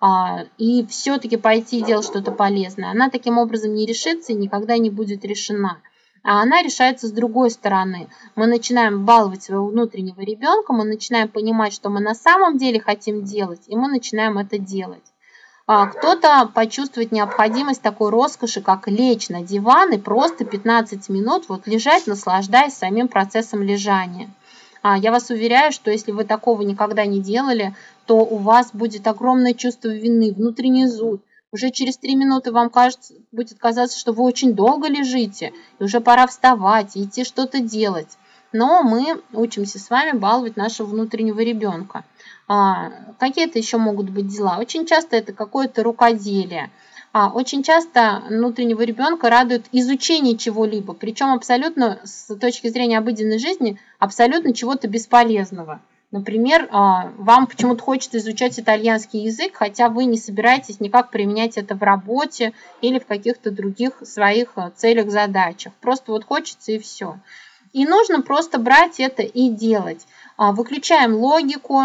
и все-таки пойти и делать что-то полезное. Она таким образом не решится и никогда не будет решена. А она решается с другой стороны. Мы начинаем баловать своего внутреннего ребенка, мы начинаем понимать, что мы на самом деле хотим делать, и мы начинаем это делать. Кто-то почувствует необходимость такой роскоши, как лечь на диван и просто 15 минут лежать, наслаждаясь самим процессом лежания. Я вас уверяю, что если вы такого никогда не делали, то у вас будет огромное чувство вины, внутренний зуд. Уже через 3 минуты вам будет казаться, что вы очень долго лежите, и уже пора вставать, и идти что-то делать. Но мы учимся с вами баловать нашего внутреннего ребенка. Какие-то еще могут быть дела? Очень часто это какое-то рукоделие. Очень часто внутреннего ребенка радует изучение чего-либо, причем абсолютно с точки зрения обыденной жизни, абсолютно чего-то бесполезного. Например, вам почему-то хочется изучать итальянский язык, хотя вы не собираетесь никак применять это в работе или в каких-то других своих целях, задачах. Просто вот хочется и все. И нужно просто брать это и делать. Выключаем логику,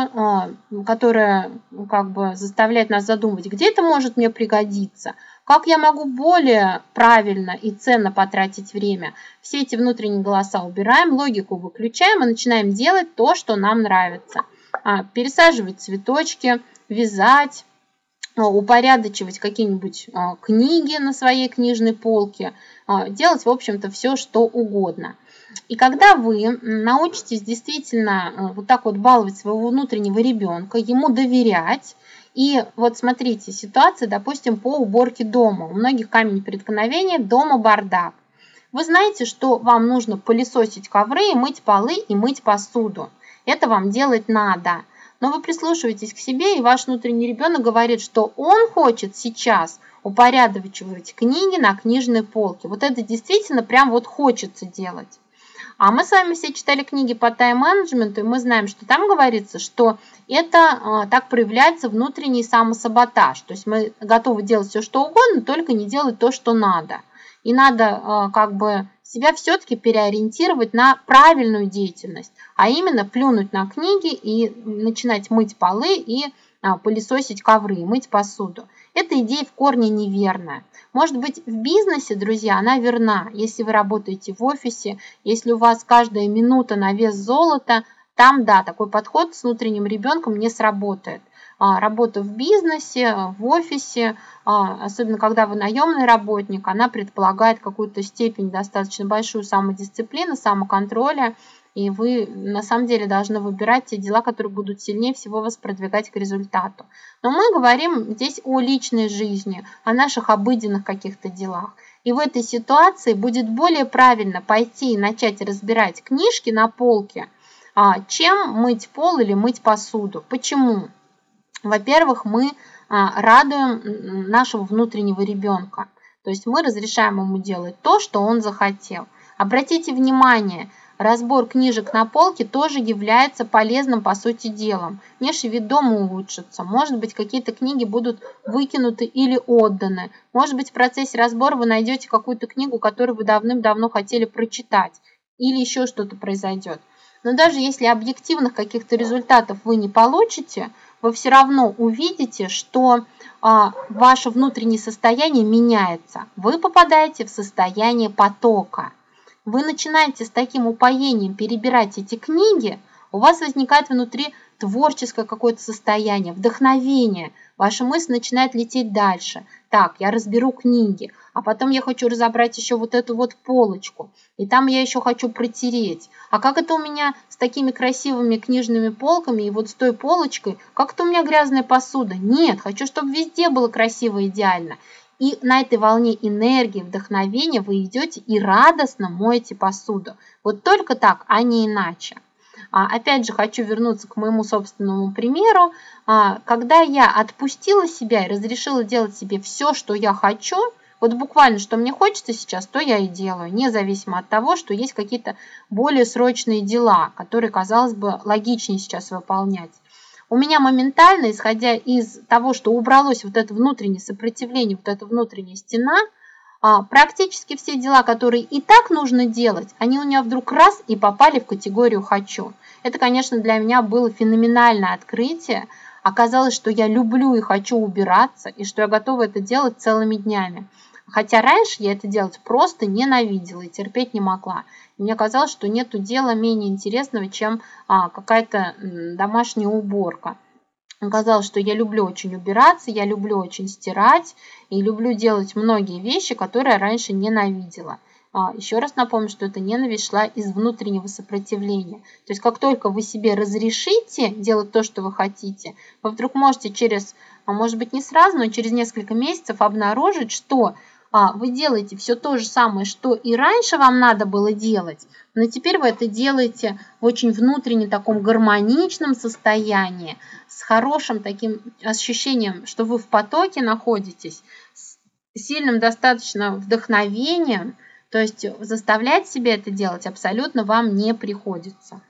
которая как бы заставляет нас задумывать, где это может мне пригодиться, как я могу более правильно и ценно потратить время. Все эти внутренние голоса убираем, логику выключаем и начинаем делать то, что нам нравится. Пересаживать цветочки, вязать, упорядочивать какие-нибудь книги на своей книжной полке, делать, в общем-то, все, что угодно. И когда вы научитесь действительно вот так вот баловать своего внутреннего ребенка, ему доверять, и вот смотрите, ситуация, допустим, по уборке дома. У многих камень преткновения, дома бардак. Вы знаете, что вам нужно пылесосить ковры, и мыть полы и мыть посуду. Это вам делать надо. Но вы прислушиваетесь к себе, и ваш внутренний ребенок говорит, что он хочет сейчас упорядочивать книги на книжной полке. Вот это действительно прям вот хочется делать. А мы с вами все читали книги по тайм-менеджменту, и мы знаем, что там говорится, что это так проявляется внутренний самосаботаж. То есть мы готовы делать все, что угодно, только не делать то, что надо. И надо как бы себя все-таки переориентировать на правильную деятельность, а именно плюнуть на книги и начинать мыть полы и пылесосить ковры, мыть посуду. Эта идея в корне неверная. Может быть, в бизнесе, друзья, она верна. Если вы работаете в офисе, если у вас каждая минута на вес золота, там, да, такой подход с внутренним ребенком не сработает. Работа в бизнесе, в офисе, особенно когда вы наемный работник, она предполагает какую-то степень достаточно большую самодисциплины, самоконтроля, и вы на самом деле должны выбирать те дела, которые будут сильнее всего вас продвигать к результату. Но мы говорим здесь о личной жизни, о наших обыденных каких-то делах. И в этой ситуации будет более правильно пойти и начать разбирать книжки на полке, чем мыть пол или мыть посуду. Почему? Во-первых, мы радуем нашего внутреннего ребенка. То есть мы разрешаем ему делать то, что он захотел. Обратите внимание, разбор книжек на полке тоже является полезным по сути делом. Внешний вид дома улучшится. Может быть, какие-то книги будут выкинуты или отданы. Может быть, в процессе разбора вы найдете какую-то книгу, которую вы давным-давно хотели прочитать. Или еще что-то произойдет. Но даже если объективных каких-то результатов вы не получите, вы все равно увидите, что ваше внутреннее состояние меняется. Вы попадаете в состояние потока. Вы начинаете с таким упоением перебирать эти книги, у вас возникает внутри творческое какое-то состояние, вдохновение. Ваша мысль начинает лететь дальше. Так, я разберу книги, а потом я хочу разобрать еще вот эту вот полочку, и там я еще хочу протереть. А как это у меня с такими красивыми книжными полками и вот с той полочкой, как это у меня грязная посуда? Нет, хочу, чтобы везде было красиво и идеально. И на этой волне энергии, вдохновения вы идете и радостно моете посуду. Вот только так, а не иначе. Опять же, хочу вернуться к моему собственному примеру. Когда я отпустила себя и разрешила делать себе все, что я хочу, вот буквально, что мне хочется сейчас, то я и делаю, независимо от того, что есть какие-то более срочные дела, которые, казалось бы, логичнее сейчас выполнять. У меня моментально, исходя из того, что убралось вот это внутреннее сопротивление, вот эта внутренняя стена, практически все дела, которые и так нужно делать, они у меня вдруг раз и попали в категорию «хочу». Это, конечно, для меня было феноменальное открытие. Оказалось, что я люблю и хочу убираться, и что я готова это делать целыми днями. Хотя раньше я это делать просто ненавидела и терпеть не могла. Мне казалось, что нету дела менее интересного, чем какая-то домашняя уборка. Оказалось, что я люблю очень убираться, я люблю очень стирать и люблю делать многие вещи, которые я раньше ненавидела. Еще раз напомню, что эта ненависть шла из внутреннего сопротивления. То есть как только вы себе разрешите делать то, что вы хотите, вы вдруг можете через, может быть не сразу, но через несколько месяцев обнаружить, что вы делаете все то же самое, что и раньше вам надо было делать, но теперь вы это делаете в очень внутренне таком гармоничном состоянии, с хорошим таким ощущением, что вы в потоке находитесь, с сильным достаточно вдохновением, то есть заставлять себя это делать абсолютно вам не приходится.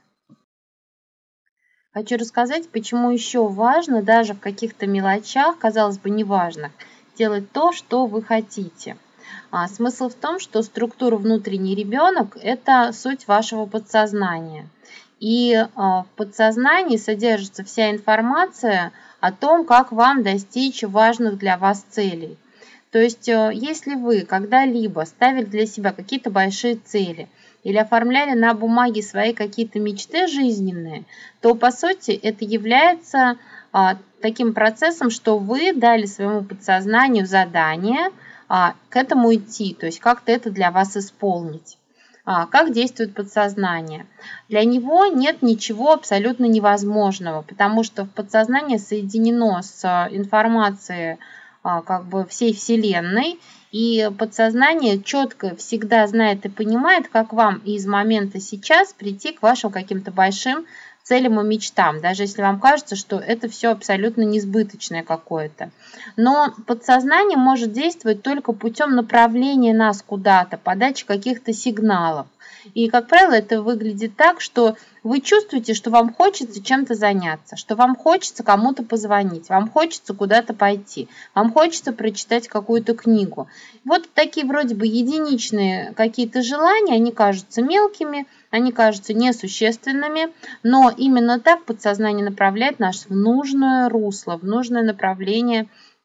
Хочу рассказать, почему еще важно, даже в каких-то мелочах, казалось бы, неважно, делать то, что вы хотите. Смысл в том, что структура внутренний ребенок – это суть вашего подсознания. И в подсознании содержится вся информация о том, как вам достичь важных для вас целей. То есть, если вы когда-либо ставили для себя какие-то большие цели или оформляли на бумаге свои какие-то мечты жизненные, то, по сути, это является таким процессом, что вы дали своему подсознанию задание к этому идти, то есть как-то это для вас исполнить. Как действует подсознание? Для него нет ничего абсолютно невозможного, потому что подсознание соединено с информацией как бы всей Вселенной, и подсознание четко всегда знает и понимает, как вам из момента сейчас прийти к вашим каким-то большим целям и мечтам, даже если вам кажется, что это все абсолютно несбыточное какое-то. Но подсознание может действовать только путем направления нас куда-то, подачи каких-то сигналов. И, как правило, это выглядит так, что вы чувствуете, что вам хочется чем-то заняться, что вам хочется кому-то позвонить, вам хочется куда-то пойти, вам хочется прочитать какую-то книгу. Вот такие вроде бы единичные какие-то желания, они кажутся мелкими, они кажутся несущественными, но именно так подсознание направляет нас в нужное русло, в нужное направление,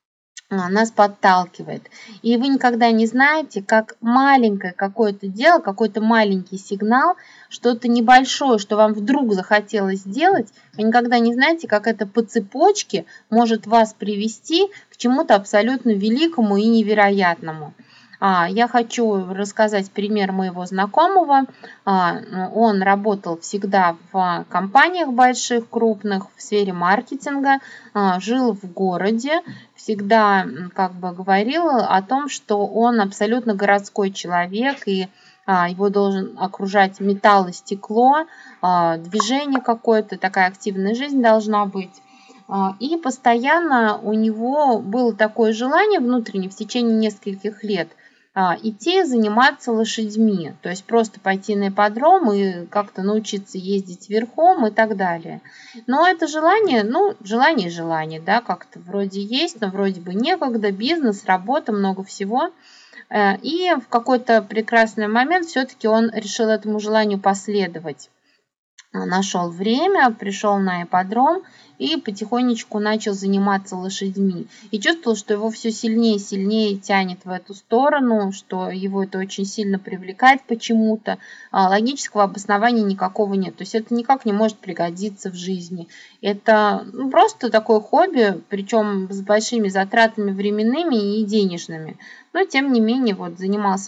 нас подталкивает. И вы никогда не знаете, как маленькое какое-то дело, какой-то маленький сигнал, что-то небольшое, что вам вдруг захотелось сделать, вы никогда не знаете, как это по цепочке может вас привести к чему-то абсолютно великому и невероятному. Я хочу рассказать пример моего знакомого. Он работал всегда в компаниях больших, крупных, в сфере маркетинга, жил в городе, всегда как бы говорил о том, что он абсолютно городской человек, и его должен окружать металл и стекло, движение какое-то, такая активная жизнь должна быть. И постоянно у него было такое желание внутреннее в течение нескольких лет идти заниматься лошадьми, то есть просто пойти на ипподром и как-то научиться ездить верхом и так далее. Но это желание, желание, да, как-то вроде есть, но вроде бы некогда, бизнес, работа, много всего. И в какой-то прекрасный момент все-таки он решил этому желанию последовать. Нашел время, пришел на ипподром и потихонечку начал заниматься лошадьми. И чувствовал, что его все сильнее и сильнее тянет в эту сторону, что его это очень сильно привлекает почему-то. Логического обоснования никакого нет. То есть это никак не может пригодиться в жизни. Это просто такое хобби, причем с большими затратами временными и денежными. Но тем не менее вот занимался.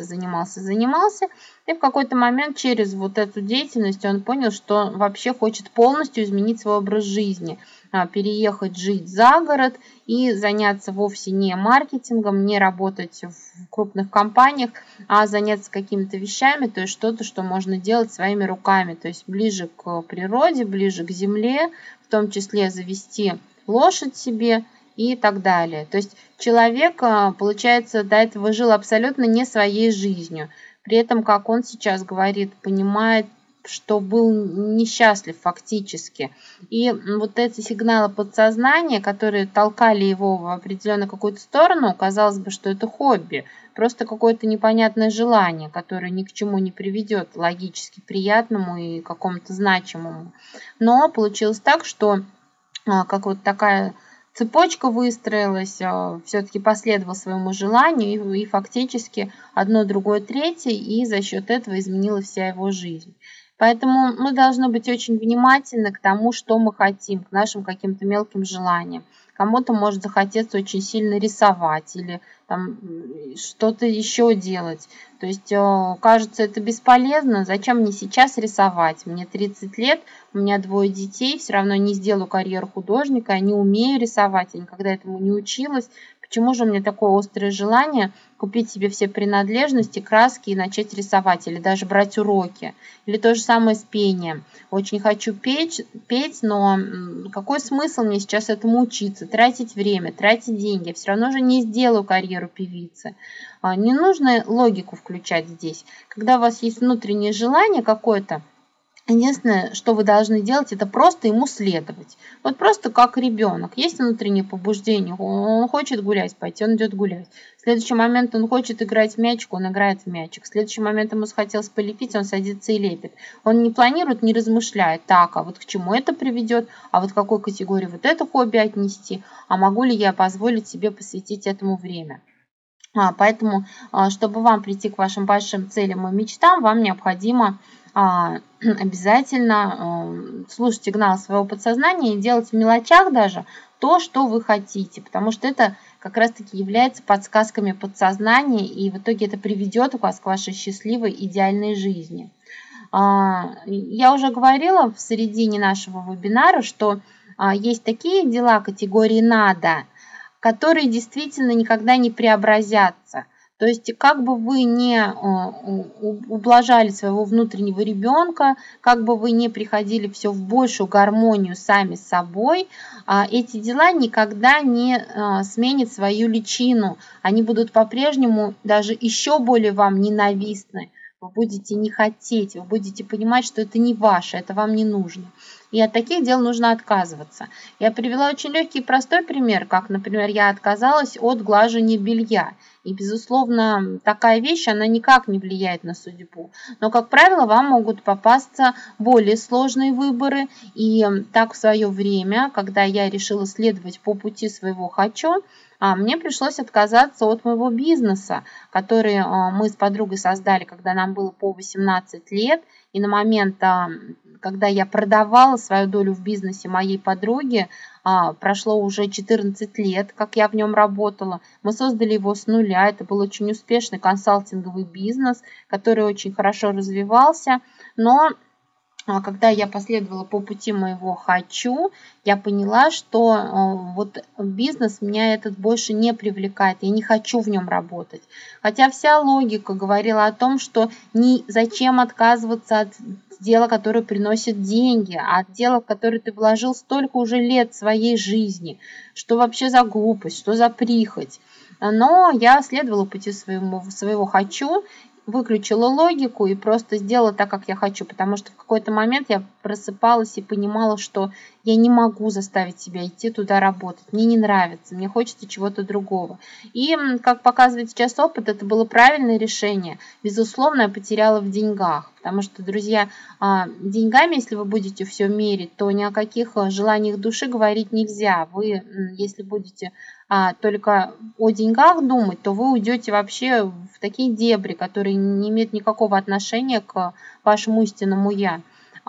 И в какой-то момент через вот эту деятельность он понял, что вообще хочет полностью изменить свой образ жизни, переехать жить за город и заняться вовсе не маркетингом, не работать в крупных компаниях, а заняться какими-то вещами, то есть что-то, что можно делать своими руками, то есть ближе к природе, ближе к земле, в том числе завести лошадь себе и так далее. То есть человек, получается, до этого жил абсолютно не своей жизнью. При этом, как он сейчас говорит, понимает, что был несчастлив фактически. И вот эти сигналы подсознания, которые толкали его в определенную какую-то сторону, казалось бы, что это хобби, просто какое-то непонятное желание, которое ни к чему не приведет логически приятному и какому-то значимому. Но получилось так, что как вот такая цепочка выстроилась, все-таки последовал своему желанию и фактически одно, другое, третье, и за счет этого изменилась вся его жизнь. Поэтому мы должны быть очень внимательны к тому, что мы хотим, к нашим каким-то мелким желаниям. Кому-то может захотеться очень сильно рисовать или там что-то еще делать. То есть кажется это бесполезно. Зачем мне сейчас рисовать? Мне 30 лет, у меня 2 детей, все равно не сделаю карьеру художника, я не умею рисовать, я никогда этому не училась. Почему же у меня такое острое желание купить себе все принадлежности, краски и начать рисовать, или даже брать уроки? Или то же самое с пением. Очень хочу петь, но какой смысл мне сейчас этому учиться, тратить время, тратить деньги? Я все равно же не сделаю карьеру певицы. Не нужно логику включать здесь. Когда у вас есть внутреннее желание какое-то, единственное, что вы должны делать, это просто ему следовать. Вот просто как ребенок. Есть внутреннее побуждение, он хочет гулять пойти, он идет гулять. В следующий момент он хочет играть в мячик, он играет в мячик. В следующий момент ему захотелось полепить, он садится и лепит. Он не планирует, не размышляет, так, а вот к чему это приведет, а вот к какой категории вот это хобби отнести, а могу ли я позволить себе посвятить этому время. Поэтому, чтобы вам прийти к вашим большим целям и мечтам, вам необходимо обязательно слушать сигнал своего подсознания и делать в мелочах даже то, что вы хотите, потому что это как раз-таки является подсказками подсознания, и в итоге это приведет вас к вашей счастливой, идеальной жизни. Я уже говорила в середине нашего вебинара, что есть такие дела категории «надо», которые действительно никогда не преобразятся. То есть как бы вы не ублажали своего внутреннего ребенка, как бы вы не приходили все в большую гармонию сами с собой, эти дела никогда не сменят свою личину. Они будут по-прежнему даже еще более вам ненавистны. Вы будете не хотеть, вы будете понимать, что это не ваше, это вам не нужно. И от таких дел нужно отказываться. Я привела очень легкий и простой пример, как, например, я отказалась от глажения белья. И, безусловно, такая вещь, она никак не влияет на судьбу. Но, как правило, вам могут попасться более сложные выборы. И так в свое время, когда я решила следовать по пути своего «хочу», мне пришлось отказаться от моего бизнеса, который мы с подругой создали, когда нам было по 18 лет. И на момент, когда я продавала свою долю в бизнесе моей подруги, прошло уже 14 лет, как я в нем работала. Мы создали его с нуля. Это был очень успешный консалтинговый бизнес, который очень хорошо развивался. Но когда я последовала по пути моего «хочу», я поняла, что вот бизнес меня этот больше не привлекает, я не хочу в нем работать. Хотя вся логика говорила о том, что зачем отказываться от дела, которое приносит деньги, а от дела, в которое ты вложил столько уже лет своей жизни. Что вообще за глупость, что за прихоть. Но я следовала пути своего «хочу», выключила логику и просто сделала так, как я хочу, потому что в какой-то момент я просыпалась и понимала, что я не могу заставить себя идти туда работать, мне не нравится, мне хочется чего-то другого. И, как показывает сейчас опыт, это было правильное решение. Безусловно, я потеряла в деньгах, потому что, друзья, деньгами, если вы будете все мерить, то ни о каких желаниях души говорить нельзя. Вы, если будете только о деньгах думать, то вы уйдете вообще в такие дебри, которые не имеют никакого отношения к вашему истинному «я».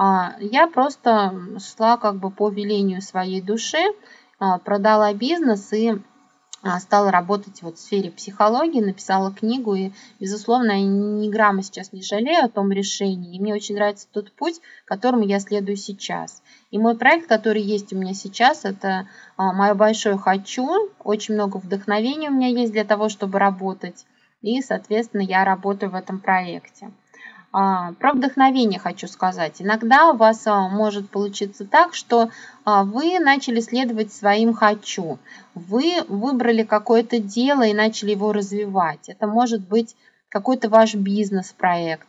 Я просто шла как бы по велению своей души, продала бизнес и стала работать вот в сфере психологии, написала книгу, и, безусловно, я ни грамма сейчас не жалею о том решении, и мне очень нравится тот путь, которому я следую сейчас. И мой проект, который есть у меня сейчас, это мое большое «хочу», очень много вдохновения у меня есть для того, чтобы работать, и, соответственно, я работаю в этом проекте. Про вдохновение хочу сказать. Иногда у вас может получиться так, что вы начали следовать своим «хочу». Вы выбрали какое-то дело и начали его развивать. Это может быть какой-то ваш бизнес-проект,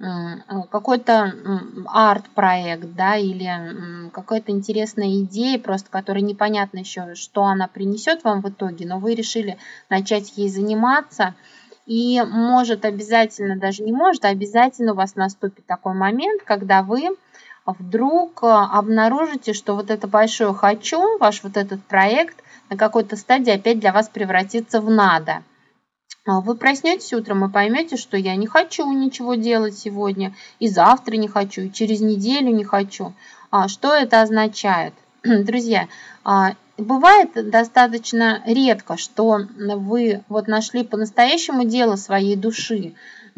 какой-то арт-проект, да, или какая-то интересная идея, просто которая непонятно еще, что она принесет вам в итоге, но вы решили начать ей заниматься. И может обязательно, даже не может, а обязательно у вас наступит такой момент, когда вы вдруг обнаружите, что вот это большое «хочу», ваш вот этот проект на какой-то стадии опять для вас превратится в «надо». Вы проснетесь утром и поймете, что я не хочу ничего делать сегодня, и завтра не хочу, и через неделю не хочу. Что это означает? Друзья, бывает достаточно редко, что вы вот нашли по-настоящему дело своей души,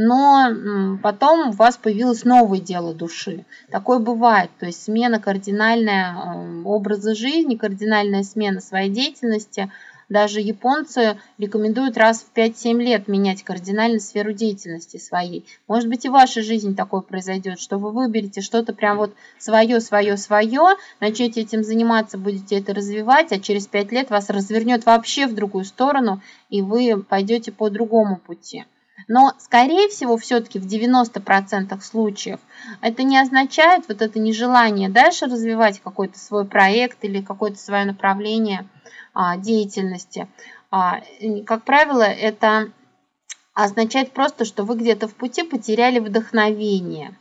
но потом у вас появилось новое дело души. Такое бывает, то есть смена кардинальная образа жизни, кардинальная смена своей деятельности Даже японцы рекомендуют раз в 5-7 лет менять кардинально сферу деятельности своей. Может быть, и в вашей жизни такое произойдет, что вы выберете что-то прям вот свое, начнете этим заниматься, будете это развивать, а через 5 лет вас развернет вообще в другую сторону, и вы пойдете по другому пути. Но, скорее всего, все-таки в 90% случаев это не означает вот это нежелание дальше развивать какой-то свой проект или какое-то свое направление деятельности. Как правило, это означает просто, что вы где-то в пути потеряли вдохновение.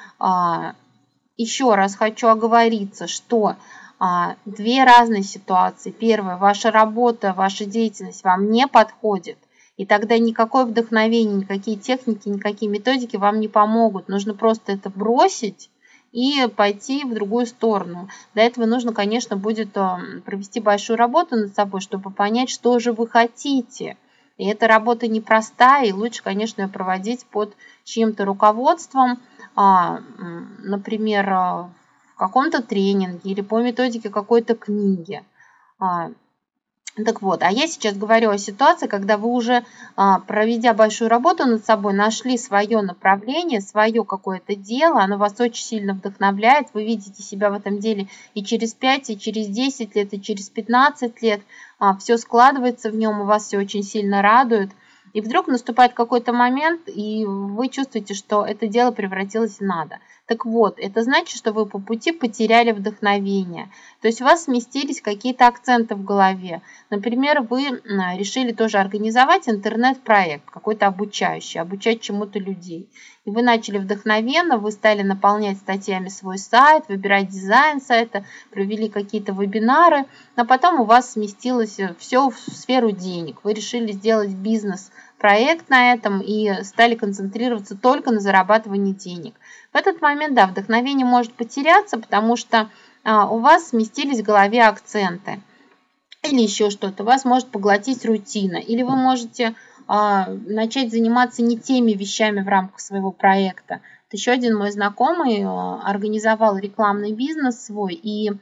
Еще раз хочу оговориться, что две разные ситуации. Первое, ваша работа, ваша деятельность вам не подходит. И тогда никакое вдохновение, никакие техники, никакие методики вам не помогут. Нужно просто это бросить и пойти в другую сторону. Для этого нужно, конечно, будет провести большую работу над собой, чтобы понять, что же вы хотите. И эта работа непростая, и лучше, конечно, ее проводить под чьим-то руководством, например, в каком-то тренинге или по методике какой-то книги. Так вот, а я сейчас говорю о ситуации, когда вы уже, проведя большую работу над собой, нашли свое направление, свое какое-то дело, оно вас очень сильно вдохновляет, вы видите себя в этом деле и через 5, и через 10 лет, и через 15 лет, все складывается в нем, и вас все очень сильно радует. И вдруг наступает какой-то момент, и вы чувствуете, что это дело превратилось в надо. Так вот, это значит, что вы по пути потеряли вдохновение. То есть у вас сместились какие-то акценты в голове. Например, вы решили тоже организовать интернет-проект, какой-то обучающий, обучать чему-то людей. И вы начали вдохновенно, вы стали наполнять статьями свой сайт, выбирать дизайн сайта, провели какие-то вебинары, а потом у вас сместилось все в сферу денег. Вы решили сделать бизнес-проект на этом и стали концентрироваться только на зарабатывании денег. В этот момент, да, вдохновение может потеряться, потому что у вас сместились в голове акценты. Или еще что-то, вас может поглотить рутина, или вы можете начать заниматься не теми вещами в рамках своего проекта. Еще один мой знакомый организовал рекламный бизнес свой, и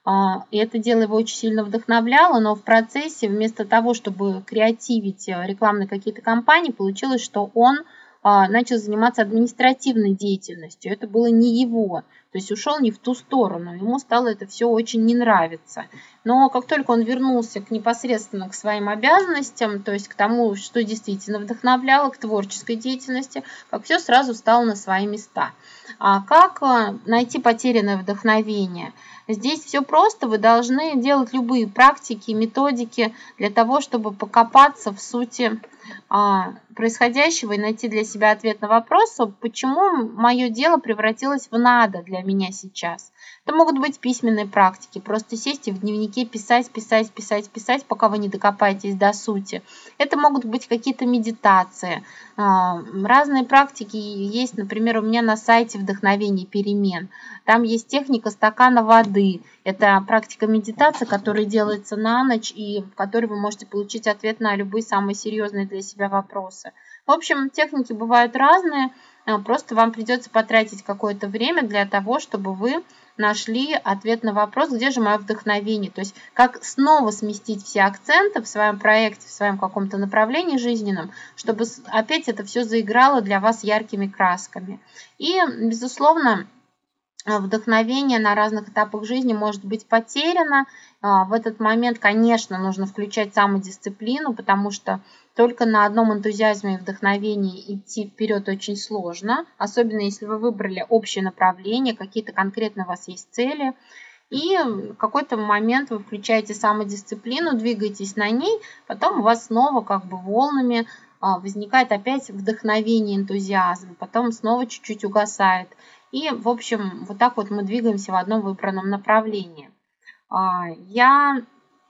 это дело его очень сильно вдохновляло, но в процессе вместо того, чтобы креативить рекламные какие-то кампании, получилось, что он начал заниматься административной деятельностью. Это было не его, то есть ушел не в ту сторону, ему стало это все очень не нравиться. Но как только он вернулся непосредственно к своим обязанностям, то есть к тому, что действительно вдохновляло, к творческой деятельности, как все сразу стало на свои места. А как найти потерянное вдохновение? Здесь все просто, вы должны делать любые практики, методики для того, чтобы покопаться в сути происходящего и найти для себя ответ на вопрос, почему мое дело превратилось в надо для меня сейчас. Это могут быть письменные практики, просто сесть и в дневнике писать, пока вы не докопаетесь до сути. Это могут быть какие-то медитации. Разные практики есть, например, у меня на сайте «Вдохновение перемен». Там есть техника стакана воды. Это практика медитации, которая делается на ночь и в которой вы можете получить ответ на любые самые серьезные для себя вопросы. В общем, техники бывают разные, просто вам придется потратить какое-то время для того, чтобы вы нашли ответ на вопрос, где же мое вдохновение, то есть как снова сместить все акценты в своем проекте, в своем каком-то направлении жизненном, чтобы опять это все заиграло для вас яркими красками. И, безусловно, вдохновение на разных этапах жизни может быть потеряно. В этот момент, конечно, нужно включать самодисциплину, потому что только на одном энтузиазме и вдохновении идти вперед очень сложно, особенно если вы выбрали общее направление, какие-то конкретно у вас есть цели. И в какой-то момент вы включаете самодисциплину, двигаетесь на ней, потом у вас снова как бы волнами возникает опять вдохновение, энтузиазм, потом снова чуть-чуть угасает. И, в общем, вот так вот мы двигаемся в одном выбранном направлении. Я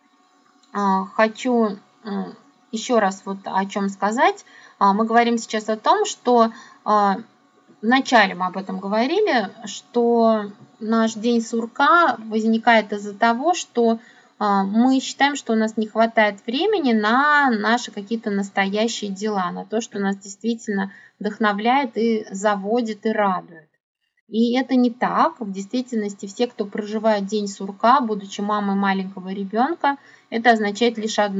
хочу еще раз вот о чем сказать. Мы говорим сейчас о том, что вначале мы об этом говорили, что наш день сурка возникает из-за того, что мы считаем, что у нас не хватает времени на наши какие-то настоящие дела, на то, что нас действительно вдохновляет и заводит и радует. И это не так. В действительности все, кто проживает день сурка, будучи мамой маленького ребенка, это означает лишь одно.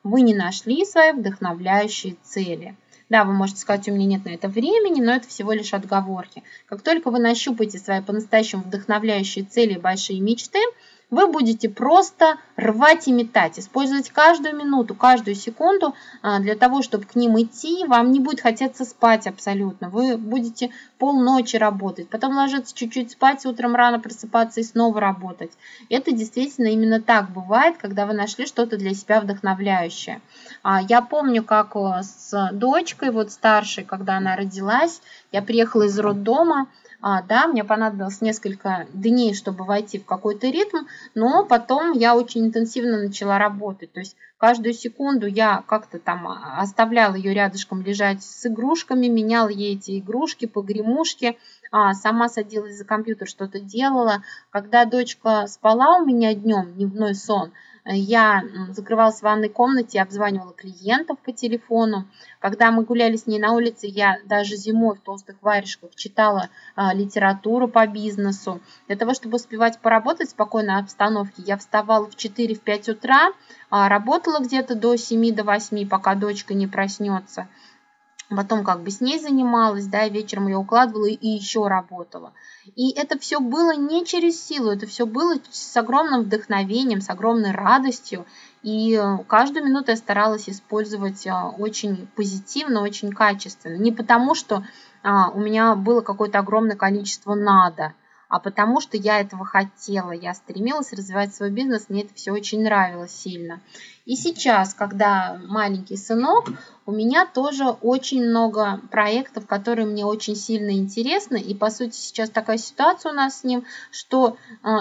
вы не нашли свои вдохновляющие цели. Да, вы можете сказать, у меня нет на это времени, но это всего лишь отговорки. Как только вы нащупаете свои по-настоящему вдохновляющие цели и большие мечты, вы будете просто рвать и метать, использовать каждую минуту, каждую секунду для того, чтобы к ним идти. Вам не будет хотеться спать абсолютно. Вы будете полночи работать, потом ложиться чуть-чуть спать, утром рано просыпаться и снова работать. Это действительно именно так бывает, когда вы нашли что-то для себя вдохновляющее. Я помню, как с дочкой, вот старшей, когда она родилась, я приехала из роддома. Да, мне понадобилось несколько дней, чтобы войти в какой-то ритм, но потом я очень интенсивно начала работать. То есть каждую секунду я как-то там оставляла ее рядышком лежать с игрушками, меняла ей эти игрушки, погремушки, сама садилась за компьютер, что-то делала. Когда дочка спала у меня днем, дневной сон, я закрывалась в ванной комнате, обзванивала клиентов по телефону. Когда мы гуляли с ней на улице, я даже зимой в толстых варежках читала литературу по бизнесу. Для того, чтобы успевать поработать в спокойной обстановке, я вставала в 4-5 утра, работала где-то до 7-8, пока дочка не проснется. Потом как бы с ней занималась, да, вечером ее укладывала и еще работала. И это все было не через силу, это все было с огромным вдохновением, с огромной радостью. И каждую минуту я старалась использовать очень позитивно, очень качественно. Не потому, что у меня было какое-то огромное количество «надо», а потому что я этого хотела, я стремилась развивать свой бизнес, мне это все очень нравилось сильно. И сейчас, когда маленький сынок, у меня тоже очень много проектов, которые мне очень сильно интересны, и по сути сейчас такая ситуация у нас с ним, что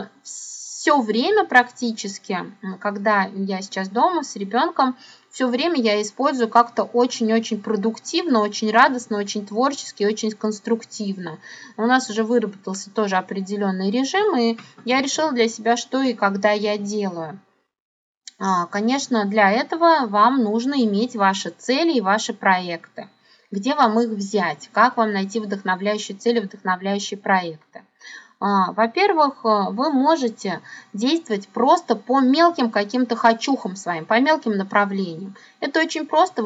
все время практически, когда я сейчас дома с ребенком, все время я использую как-то очень-очень продуктивно, очень радостно, очень творчески, очень конструктивно. У нас уже выработался тоже определенный режим, и я решила для себя, что и когда я делаю. Конечно, для этого вам нужно иметь ваши цели и ваши проекты. Где вам их взять? Как вам найти вдохновляющие цели, вдохновляющие проекты? Во-первых, вы можете действовать просто по мелким каким-то хочухам своим, по мелким направлениям. Это очень просто.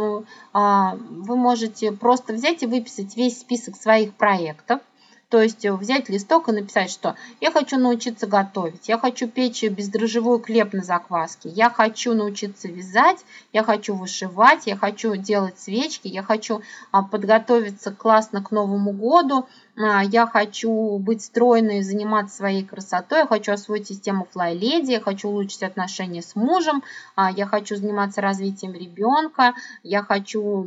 Вы можете просто взять и выписать весь список своих проектов. То есть взять листок и написать, что я хочу научиться готовить, я хочу печь бездрожжевой хлеб на закваске, я хочу научиться вязать, я хочу вышивать, я хочу делать свечки, я хочу подготовиться классно к Новому году, я хочу быть стройной, заниматься своей красотой, я хочу освоить систему Fly Lady, я хочу улучшить отношения с мужем, я хочу заниматься развитием ребенка, я хочу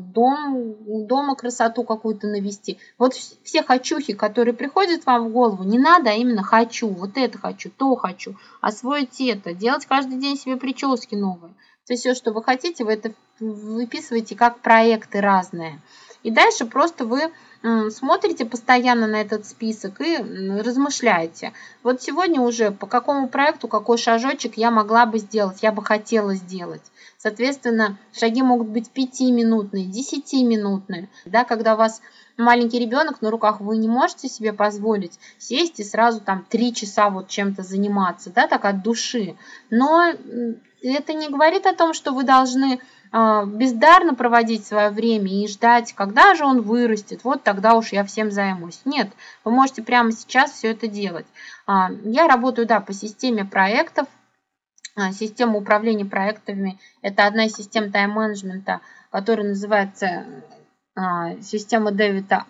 дома красоту какую-то навести. Вот все хочухи, которые приходят вам в голову, не надо, а именно хочу, вот это хочу, то хочу, освоить это, делать каждый день себе прически новые. То есть все, что вы хотите, вы это выписываете как проекты разные. И дальше просто вы смотрите постоянно на этот список и размышляете. Вот сегодня уже по какому проекту, какой шажочек я могла бы сделать, я бы хотела сделать. Соответственно, шаги могут быть 5-минутные, 10-минутные. Да, когда у вас маленький ребенок на руках, вы не можете себе позволить сесть и сразу там 3 часа вот чем-то заниматься, да, так от души. Но это не говорит о том, что вы должны бездарно проводить свое время и ждать, когда же он вырастет, вот тогда уж я всем займусь. Нет, вы можете прямо сейчас все это делать. Я работаю, да, по системе проектов. Система управления проектами – это одна из систем тайм-менеджмента, которая называется система Дэвида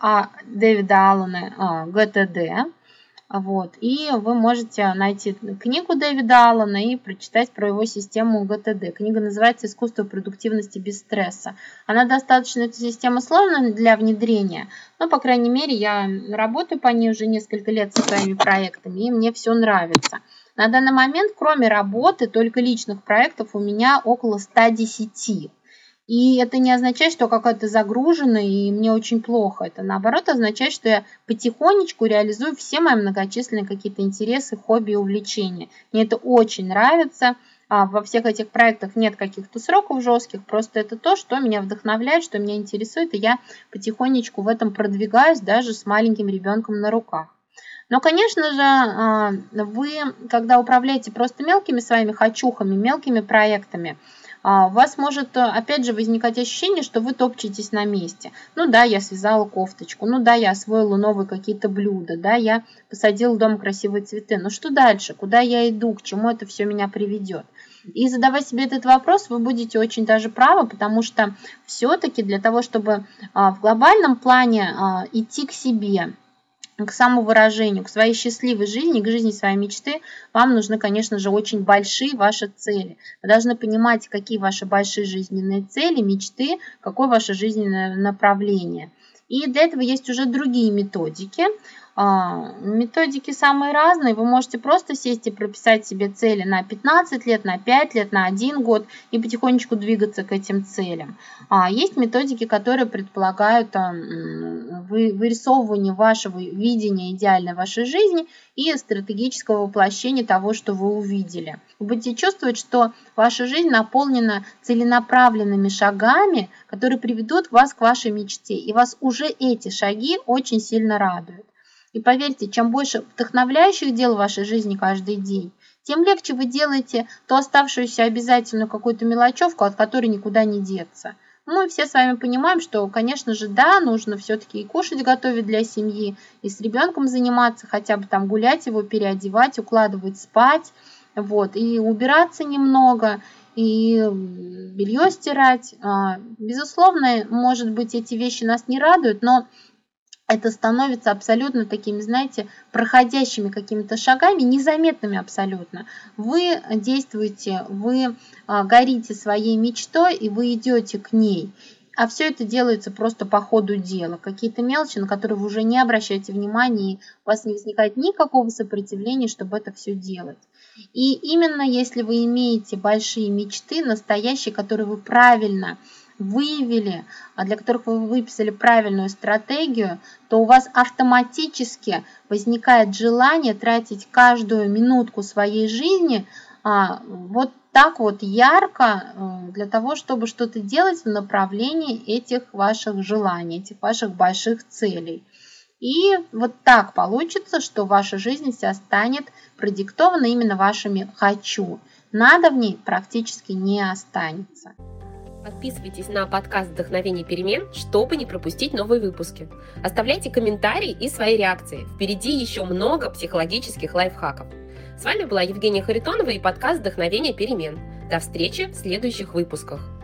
Аллена ГТД. Вот. И вы можете найти книгу Дэвида Аллена и прочитать про его систему ГТД. Книга называется «Искусство продуктивности без стресса». Она достаточно, эта система сложная для внедрения, но, по крайней мере, я работаю по ней уже несколько лет со своими проектами, и мне все нравится. На данный момент, кроме работы, только личных проектов у меня около 110. И это не означает, что какая-то загруженная и мне очень плохо. Это наоборот означает, что я потихонечку реализую все мои многочисленные какие-то интересы, хобби и увлечения. Мне это очень нравится. Во всех этих проектах нет каких-то сроков жестких, просто это то, что меня вдохновляет, что меня интересует, и я потихонечку в этом продвигаюсь даже с маленьким ребенком на руках. Но, конечно же, вы, когда управляете просто мелкими своими хочухами, мелкими проектами, у вас может, опять же, возникать ощущение, что вы топчетесь на месте. Ну да, я связала кофточку, ну да, я освоила новые какие-то блюда, да, я посадила дома красивые цветы. Но что дальше? Куда я иду? К чему это все меня приведет? И задавая себе этот вопрос, вы будете очень даже правы, потому что все-таки для того, чтобы в глобальном плане идти к себе, к самовыражению, к своей счастливой жизни, к жизни своей мечты, вам нужны, конечно же, очень большие ваши цели. Вы должны понимать, какие ваши большие жизненные цели, мечты, какое ваше жизненное направление. И для этого есть уже другие методики. Методики самые разные. Вы можете просто сесть и прописать себе цели на 15 лет, на 5 лет, на 1 год и потихонечку двигаться к этим целям. Есть методики, которые предполагают вырисовывание вашего видения идеальной вашей жизни и стратегического воплощения того, что вы увидели. Вы будете чувствовать, что ваша жизнь наполнена целенаправленными шагами, которые приведут вас к вашей мечте. И вас уже эти шаги очень сильно радуют. И поверьте, чем больше вдохновляющих дел в вашей жизни каждый день, тем легче вы делаете ту оставшуюся обязательную какую-то мелочевку, от которой никуда не деться. Мы все с вами понимаем, что, конечно же, да, нужно все-таки и кушать готовить для семьи, и с ребенком заниматься, хотя бы там гулять его, переодевать, укладывать спать, вот, и убираться немного, и белье стирать. Безусловно, может быть, эти вещи нас не радуют, но это становится абсолютно такими, знаете, проходящими какими-то шагами, незаметными абсолютно. Вы действуете, вы горите своей мечтой, и вы идете к ней. А все это делается просто по ходу дела. Какие-то мелочи, на которые вы уже не обращаете внимания, и у вас не возникает никакого сопротивления, чтобы это все делать. И именно если вы имеете большие мечты, настоящие, которые вы правильно выявили, для которых вы выписали правильную стратегию, то у вас автоматически возникает желание тратить каждую минутку своей жизни вот так вот ярко для того, чтобы что-то делать в направлении этих ваших желаний, этих ваших больших целей. И вот так получится, что ваша жизнь вся станет продиктована именно вашими «хочу». Надо в ней практически не останется. Подписывайтесь на подкаст «Вдохновение перемен», чтобы не пропустить новые выпуски. Оставляйте комментарии и свои реакции. Впереди еще много психологических лайфхаков. С вами была Евгения Харитонова и подкаст «Вдохновение перемен». До встречи в следующих выпусках.